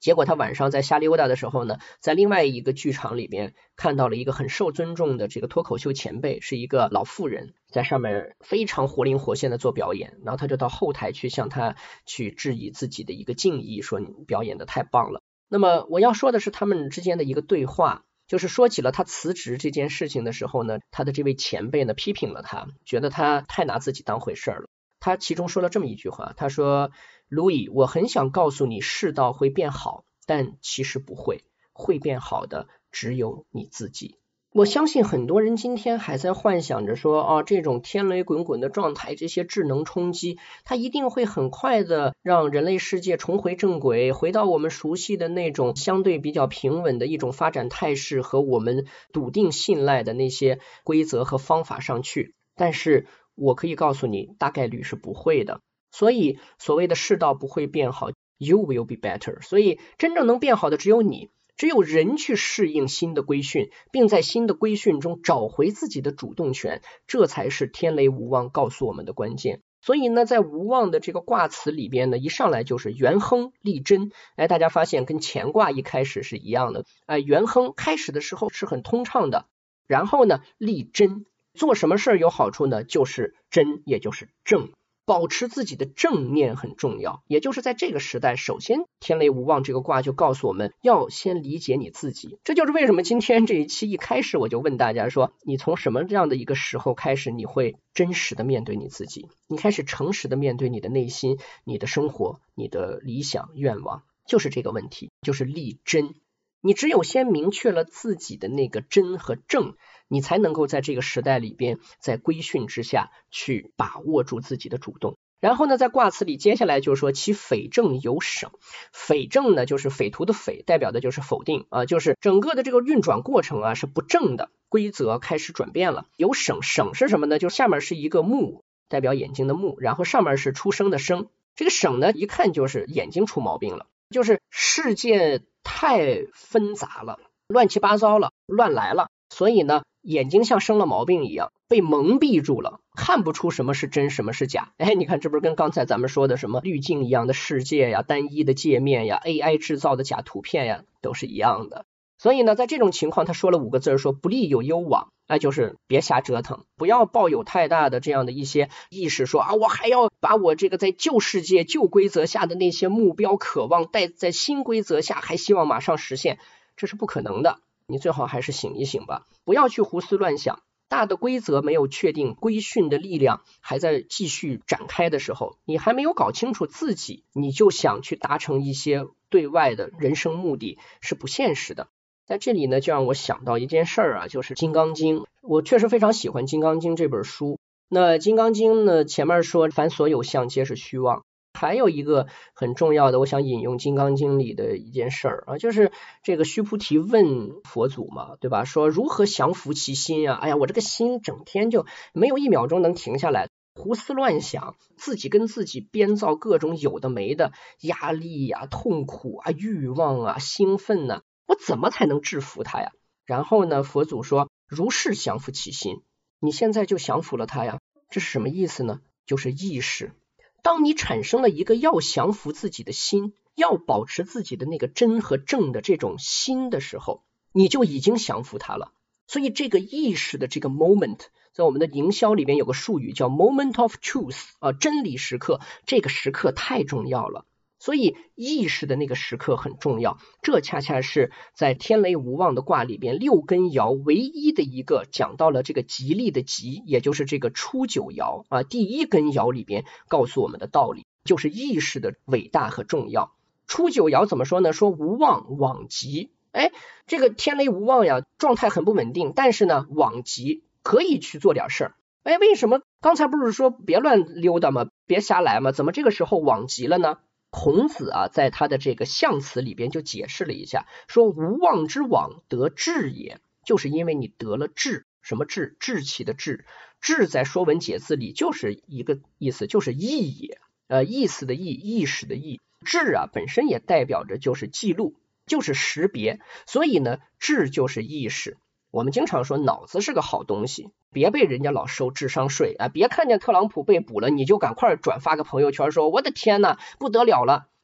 Speaker 2: 结果他晚上在瞎溜达的时候呢，在另外一个剧场里边看到了一个很受尊重的这个脱口秀前辈，是一个老妇人，在上面非常活灵活现的做表演，然后他就到后台去向他去致以自己的一个敬意，说你表演的太棒了。那么我要说的是他们之间的一个对话，就是说起了他辞职这件事情的时候呢，他的这位前辈呢批评了他，觉得他太拿自己当回事了。他其中说了这么一句话，他说：“Louis，我很想告诉你世道会变好，但其实不会，会变好的只有你自己。”我相信很多人今天还在幻想着说，这种天雷滚滚的状态，这些智能冲击，它一定会很快的让人类世界重回正轨，回到我们熟悉的那种相对比较平稳的一种发展态势和我们笃定信赖的那些规则和方法上去。但是我可以告诉你，大概率是不会的。所以所谓的世道不会变好 ，You will be better。所以真正能变好的只有你。只有人去适应新的规训，并在新的规训中找回自己的主动权，这才是天雷无妄告诉我们的关键。所以呢，在无妄的这个卦辞里边呢，一上来就是元亨利贞。大家发现跟乾卦一开始是一样的。元亨开始的时候是很通畅的，然后呢，利贞，做什么事有好处呢？就是贞，也就是正。保持自己的正念很重要，也就是在这个时代，首先天雷无妄这个卦就告诉我们要先理解你自己。这就是为什么今天这一期一开始我就问大家说，你从什么这样的一个时候开始你会真实的面对你自己，你开始诚实的面对你的内心，你的生活，你的理想愿望，就是这个问题，就是立真。你只有先明确了自己的那个真和正，你才能够在这个时代里边，在规训之下去把握住自己的主动。然后呢，在卦辞里接下来就是说其匪正有省。匪正呢就是匪徒的匪，代表的就是否定就是整个的这个运转过程是不正的，规则开始转变了。有省，省是什么呢？就下面是一个目，代表眼睛的目，然后上面是出生的生。这个省呢一看就是眼睛出毛病了，就是世界太纷杂了，乱七八糟了，乱来了，所以呢眼睛像生了毛病一样被蒙蔽住了，看不出什么是真什么是假。你看这不是跟刚才咱们说的什么滤镜一样的世界呀，单一的界面呀， AI 制造的假图片呀，都是一样的。所以呢在这种情况他说了5个字，说不利有攸往，就是别瞎折腾，不要抱有太大的这样的一些意识，说我还要把我这个在旧世界旧规则下的那些目标渴望带在新规则下还希望马上实现，这是不可能的。你最好还是醒一醒吧，不要去胡思乱想。大的规则没有确定，规训的力量还在继续展开的时候，你还没有搞清楚自己，你就想去达成一些对外的人生目的，是不现实的。在这里呢就让我想到一件事儿就是金刚经。我确实非常喜欢金刚经这本书。那金刚经呢前面说凡所有相皆是虚妄，还有一个很重要的，我想引用金刚经里的一件事儿就是这个须菩提问佛祖嘛，对吧，说如何降伏其心我这个心整天就没有1秒钟能停下来，胡思乱想，自己跟自己编造各种有的没的压力痛苦欲望兴奋我怎么才能制服它呀？然后呢佛祖说如是降伏其心，你现在就降服了它呀。这是什么意思呢？就是意识。当你产生了一个要降服自己的心，要保持自己的那个真和正的这种心的时候，你就已经降服它了。所以这个意识的这个 moment， 在我们的营销里面有个术语叫 moment of truth 真理时刻，这个时刻太重要了。所以意识的那个时刻很重要，这恰恰是在天雷无妄的卦里边6根爻唯一的一个讲到了这个吉利的吉，也就是这个初九爻第1根爻里边告诉我们的道理，就是意识的伟大和重要。初九爻怎么说呢？说无妄往吉。这个天雷无妄呀，状态很不稳定，但是呢往吉，可以去做点事儿。为什么刚才不是说别乱溜达吗？别瞎来吗？怎么这个时候往吉了呢？孔子在他的这个象辞里边就解释了一下，说无妄之往得志也，就是因为你得了志。什么志？志气的志。志在说文解字里就是一个意思，就是意也，意思的意，意识的意。志本身也代表着就是记录，就是识别，所以呢志就是意识。我们经常说脑子是个好东西，别被人家老收智商税别看见特朗普被捕了你就赶快转发个朋友圈说我的天哪不得了了，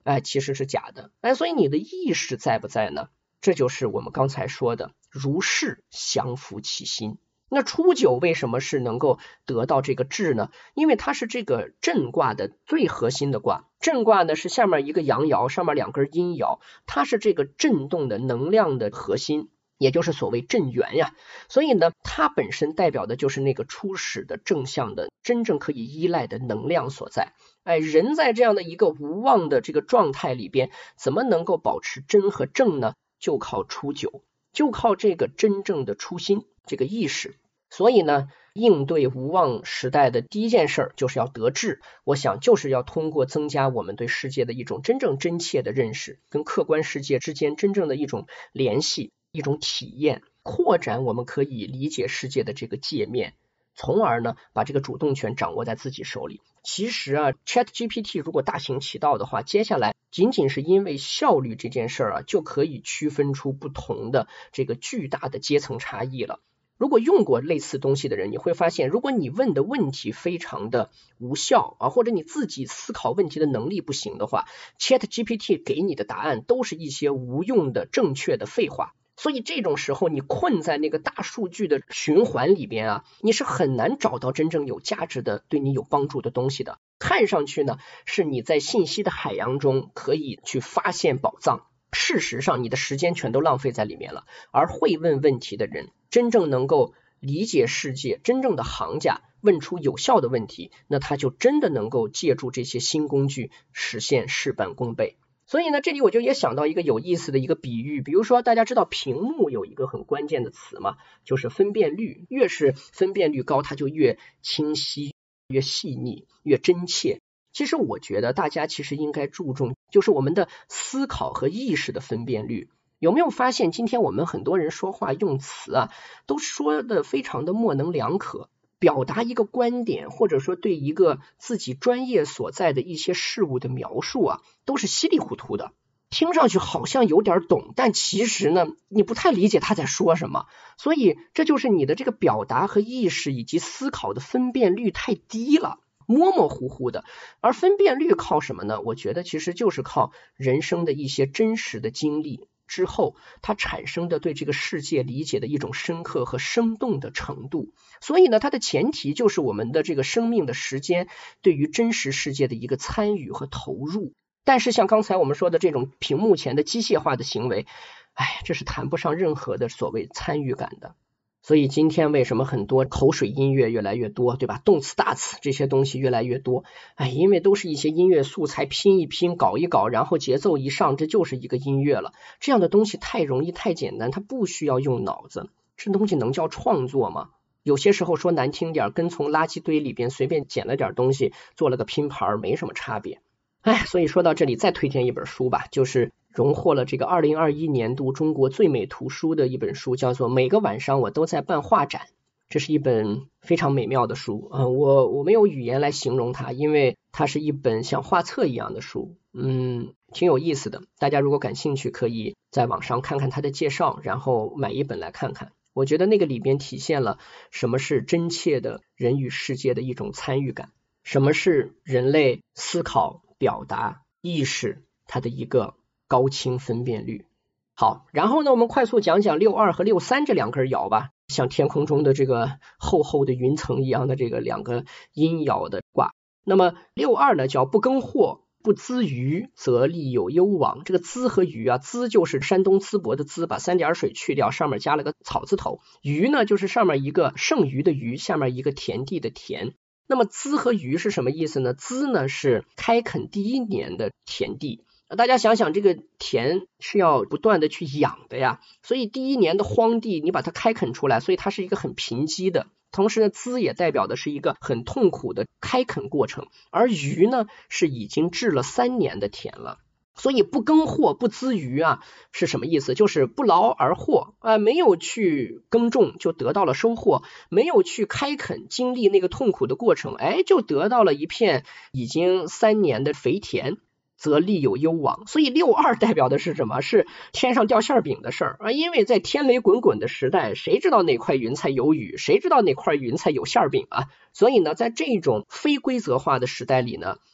Speaker 2: 其实是假的。所以你的意识在不在呢？这就是我们刚才说的如是降伏其心。那初九为什么是能够得到这个智呢？因为它是这个震卦的最核心的卦。震卦呢是下面一个阳爻，上面两根阴爻，它是这个震动的能量的核心，也就是所谓震源呀。所以呢，它本身代表的就是那个初始的正向的真正可以依赖的能量所在。人在这样的一个无妄的这个状态里边，怎么能够保持真和正呢？就靠初九，就靠这个真正的初心，这个意识。所以呢，应对无妄时代的第一件事就是要得智。我想就是要通过增加我们对世界的一种真正真切的认识，跟客观世界之间真正的一种联系，一种体验，扩展我们可以理解世界的这个界面，从而呢把这个主动权掌握在自己手里。其实ChatGPT 如果大行其道的话，接下来仅仅是因为效率这件事就可以区分出不同的这个巨大的阶层差异了。如果用过类似东西的人，你会发现，如果你问的问题非常的无效或者你自己思考问题的能力不行的话， ChatGPT 给你的答案都是一些无用的正确的废话。所以这种时候你困在那个大数据的循环里边你是很难找到真正有价值的对你有帮助的东西的。看上去呢是你在信息的海洋中可以去发现宝藏，事实上你的时间全都浪费在里面了。而会问问题的人，真正能够理解世界，真正的行家，问出有效的问题，那他就真的能够借助这些新工具实现事半功倍。所以呢，这里我就也想到一个有意思的一个比喻，比如说大家知道屏幕有一个很关键的词嘛，就是分辨率，越是分辨率高，它就越清晰，越细腻，越真切。其实我觉得大家其实应该注重就是我们的思考和意识的分辨率。有没有发现今天我们很多人说话用词都说的非常的模棱两可，表达一个观点或者说对一个自己专业所在的一些事物的描述都是稀里糊涂的，听上去好像有点懂，但其实呢你不太理解他在说什么。所以这就是你的这个表达和意识以及思考的分辨率太低了，模模糊糊的。而分辨率靠什么呢？我觉得其实就是靠人生的一些真实的经历之后，它产生的对这个世界理解的一种深刻和生动的程度。所以呢，它的前提就是我们的这个生命的时间对于真实世界的一个参与和投入。但是像刚才我们说的这种屏幕前的机械化的行为，这是谈不上任何的所谓参与感的。所以今天为什么很多口水音乐越来越多，对吧？动词大词这些东西越来越多，因为都是一些音乐素材拼一拼搞一搞，然后节奏一上，这就是一个音乐了。这样的东西太容易太简单，它不需要用脑子，这东西能叫创作吗？有些时候说难听点，跟从垃圾堆里边随便捡了点东西做了个拼盘没什么差别。所以说到这里再推荐一本书吧，就是荣获了这个2021年度中国最美图书的一本书，叫做《每个晚上我都在办画展》。这是一本非常美妙的书我没有语言来形容它，因为它是一本像画册一样的书挺有意思的。大家如果感兴趣可以在网上看看它的介绍，然后买一本来看看。我觉得那个里边体现了什么是真切的人与世界的一种参与感，什么是人类思考表达意识它的一个高清分辨率。好，然后呢我们快速讲讲62和63这两根爻吧，像天空中的这个厚厚的云层一样的这个两个阴爻的卦。那么62呢叫不耕获，不资渔，则利有攸往。这个资和渔资就是山东淄博的淄，把三点水去掉，上面加了个草字头。渔呢就是上面一个剩余的余，下面一个田地的田。那么资和渔是什么意思呢？资呢是开垦第一年的田地，大家想想这个田是要不断的去养的呀，所以第一年的荒地你把它开垦出来，所以它是一个很贫瘠的。同时呢，资也代表的是一个很痛苦的开垦过程，而渔呢是已经治了3年的田了。所以不耕获不资渔是什么意思？就是不劳而获没有去耕种就得到了收获，没有去开垦经历那个痛苦的过程就得到了一片已经3年的肥田，则利有攸往。所以62代表的是什么？是天上掉馅饼的事儿因为在天雷滚滚的时代，谁知道哪块云彩有雨，谁知道哪块云彩有馅饼所以呢在这种非规则化的时代里呢，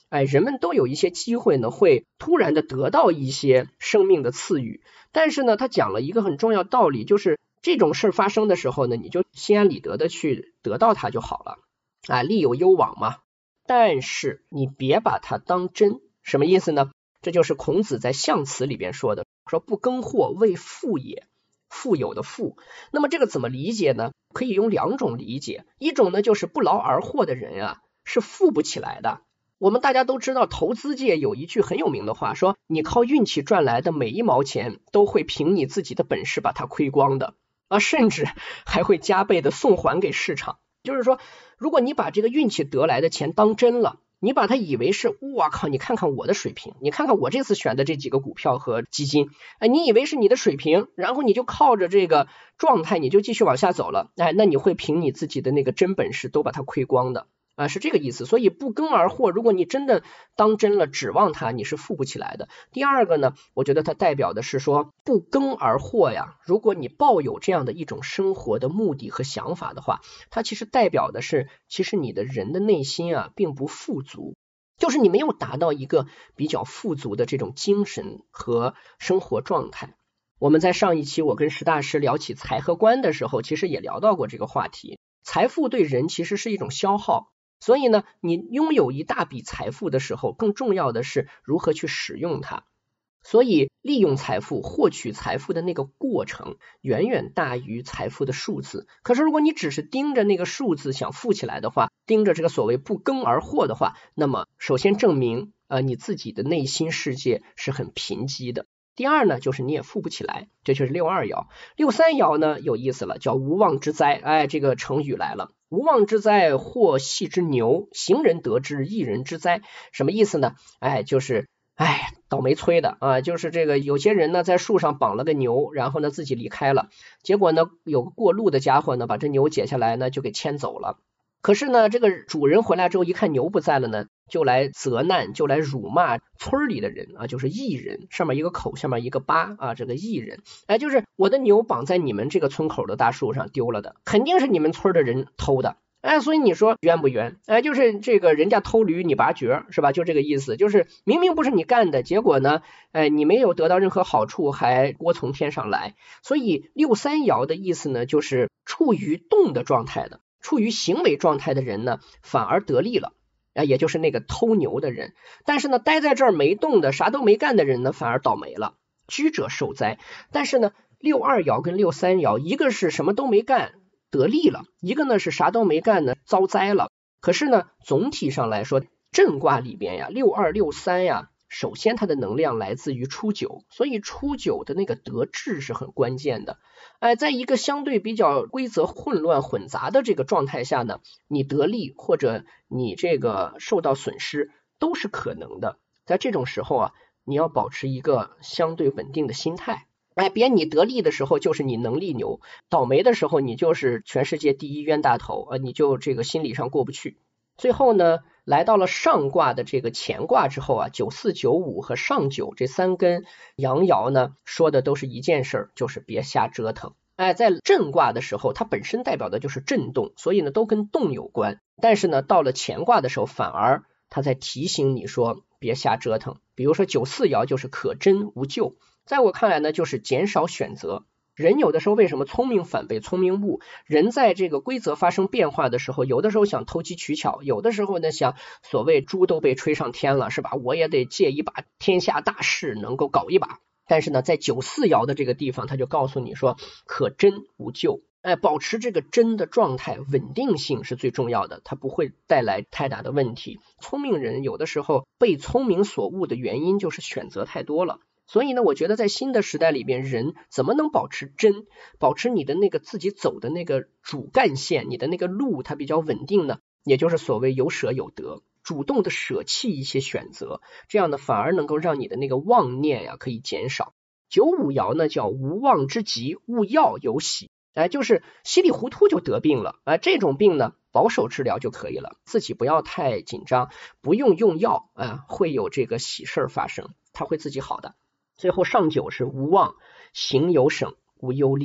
Speaker 2: 人们都有一些机会呢，会突然的得到一些生命的赐予，但是呢，他讲了一个很重要道理，就是这种事发生的时候呢，你就心安理得的去得到它就好了，利有攸往嘛。但是你别把它当真，什么意思呢？这就是孔子在象辞里边说的，说不耕获谓富也，富有的富。那么这个怎么理解呢？可以用两种理解，一种呢就是不劳而获的人是富不起来的。我们大家都知道，投资界有一句很有名的话，说你靠运气赚来的每一毛钱都会凭你自己的本事把它亏光的甚至还会加倍的送还给市场。就是说，如果你把这个运气得来的钱当真了，你把它以为是哇靠，你看看我的水平，你看看我这次选的这几个股票和基金，你以为是你的水平，然后你就靠着这个状态你就继续往下走了，那你会凭你自己的那个真本事都把它亏光的是这个意思。所以不耕而获，如果你真的当真了指望它，你是富不起来的。第二个呢，我觉得它代表的是说不耕而获如果你抱有这样的一种生活的目的和想法的话，它其实代表的是其实你的人的内心并不富足，就是你没有达到一个比较富足的这种精神和生活状态。我们在上一期我跟石大师聊起财和官的时候，其实也聊到过这个话题。财富对人其实是一种消耗，所以呢，你拥有一大笔财富的时候，更重要的是如何去使用它。所以利用财富、获取财富的那个过程远远大于财富的数字。可是如果你只是盯着那个数字想富起来的话，盯着这个所谓不耕而获的话，那么首先证明你自己的内心世界是很贫瘠的。第二呢，就是你也富不起来，这就是六二爻。六三爻呢有意思了，叫无妄之灾。这个成语来了，无妄之灾，或系之牛，行人得之，一人之灾。什么意思呢？就是倒霉催的就是这个有些人呢在树上绑了个牛，然后呢自己离开了，结果呢有个过路的家伙呢把这牛解下来呢就给牵走了。可是呢这个主人回来之后一看牛不在了呢，就来责难，就来辱骂村里的人就是异人，上面一个口下面一个八这个异人就是我的牛绑在你们这个村口的大树上丢了的，肯定是你们村的人偷的所以你说冤不冤？就是这个人家偷驴你拔角是吧？就这个意思，就是明明不是你干的，结果呢你没有得到任何好处，还锅从天上来。所以六三爻的意思呢，就是处于动的状态的，处于行为状态的人呢反而得利了也就是那个偷牛的人。但是呢待在这儿没动的啥都没干的人呢反而倒霉了，居者受灾。但是呢六二爻跟六三爻，一个是什么都没干得利了，一个呢是啥都没干呢遭灾了。可是呢总体上来说，震卦里边六二六三首先它的能量来自于初九，所以初九的那个得志是很关键的在一个相对比较规则混乱混杂的这个状态下呢，你得利或者你这个受到损失都是可能的。在这种时候你要保持一个相对稳定的心态别你得利的时候就是你能力牛，倒霉的时候你就是全世界第一冤大头你就这个心理上过不去。最后呢来到了上卦的这个乾卦之后九四九五和上九这三根阳爻呢说的都是一件事，就是别瞎折腾在震卦的时候它本身代表的就是震动，所以呢都跟动有关。但是呢到了乾卦的时候，反而它在提醒你说别瞎折腾。比如说九四爻就是可真无咎，在我看来呢就是减少选择。人有的时候为什么聪明反被聪明误？人在这个规则发生变化的时候，有的时候想投机取巧，有的时候呢想所谓猪都被吹上天了是吧，我也得借一把天下大事能够搞一把。但是呢在九四爻的这个地方，他就告诉你说可真无咎保持这个真的状态，稳定性是最重要的，它不会带来太大的问题。聪明人有的时候被聪明所误的原因就是选择太多了。所以呢我觉得在新的时代里边，人怎么能保持真，保持你的那个自己走的那个主干线，你的那个路它比较稳定呢？也就是所谓有舍有得，主动的舍弃一些选择，这样呢反而能够让你的那个妄念可以减少。九五爻呢叫无妄之疾，勿药有喜就是稀里糊涂就得病了这种病呢保守治疗就可以了，自己不要太紧张，不用用药会有这个喜事发生，它会自己好的。最后上九是无妄，行有省，无忧虑。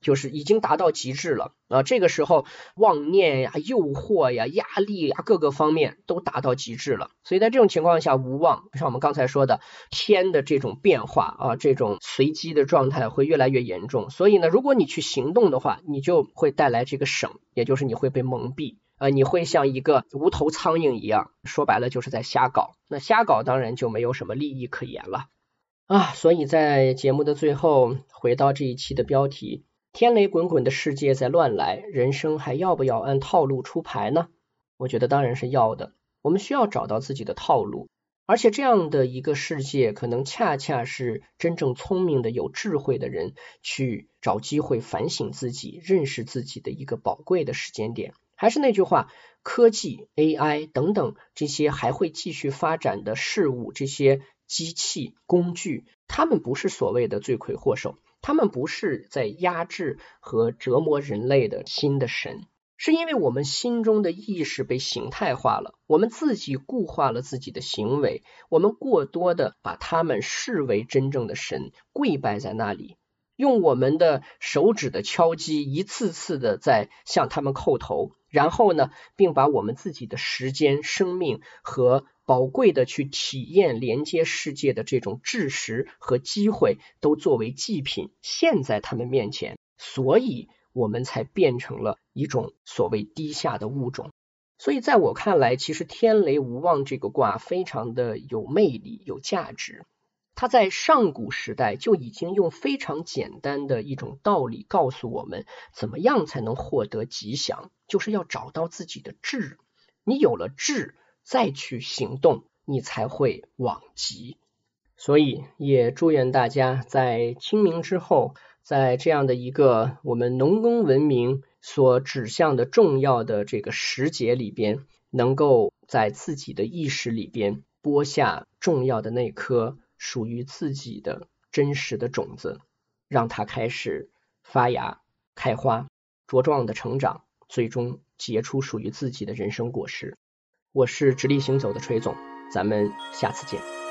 Speaker 2: 就是已经达到极致了这个时候妄念呀、诱惑呀、压力呀各个方面都达到极致了。所以在这种情况下，无妄，像我们刚才说的，天的这种变化这种随机的状态会越来越严重。所以呢，如果你去行动的话，你就会带来这个省，也就是你会被蒙蔽你会像一个无头苍蝇一样，说白了就是在瞎搞。那瞎搞当然就没有什么利益可言了所以在节目的最后，回到这一期的标题，天雷滚滚的世界在乱来，人生还要不要按套路出牌呢？我觉得当然是要的。我们需要找到自己的套路，而且这样的一个世界可能恰恰是真正聪明的有智慧的人去找机会反省自己、认识自己的一个宝贵的时间点。还是那句话，科技 AI 等等这些还会继续发展的事物，这些机器工具，他们不是所谓的罪魁祸首，他们不是在压制和折磨人类的新的神，是因为我们心中的意识被形态化了，我们自己固化了自己的行为，我们过多的把他们视为真正的神，跪拜在那里，用我们的手指的敲击一次次的在向他们叩头，然后呢，并把我们自己的时间、生命和宝贵的去体验连接世界的这种知识和机会都作为祭品献在他们面前，所以我们才变成了一种所谓低下的物种。所以在我看来，其实天雷无妄这个卦非常的有魅力、有价值。它在上古时代就已经用非常简单的一种道理告诉我们，怎么样才能获得吉祥，就是要找到自己的志。你有了志，再去行动，你才会往吉。所以也祝愿大家在清明之后，在这样的一个我们农耕文明所指向的重要的这个时节里边，能够在自己的意识里边播下重要的那颗属于自己的真实的种子，让它开始发芽、开花、茁壮的成长，最终结出属于自己的人生果实。我是直立行走的锤总，咱们下次见。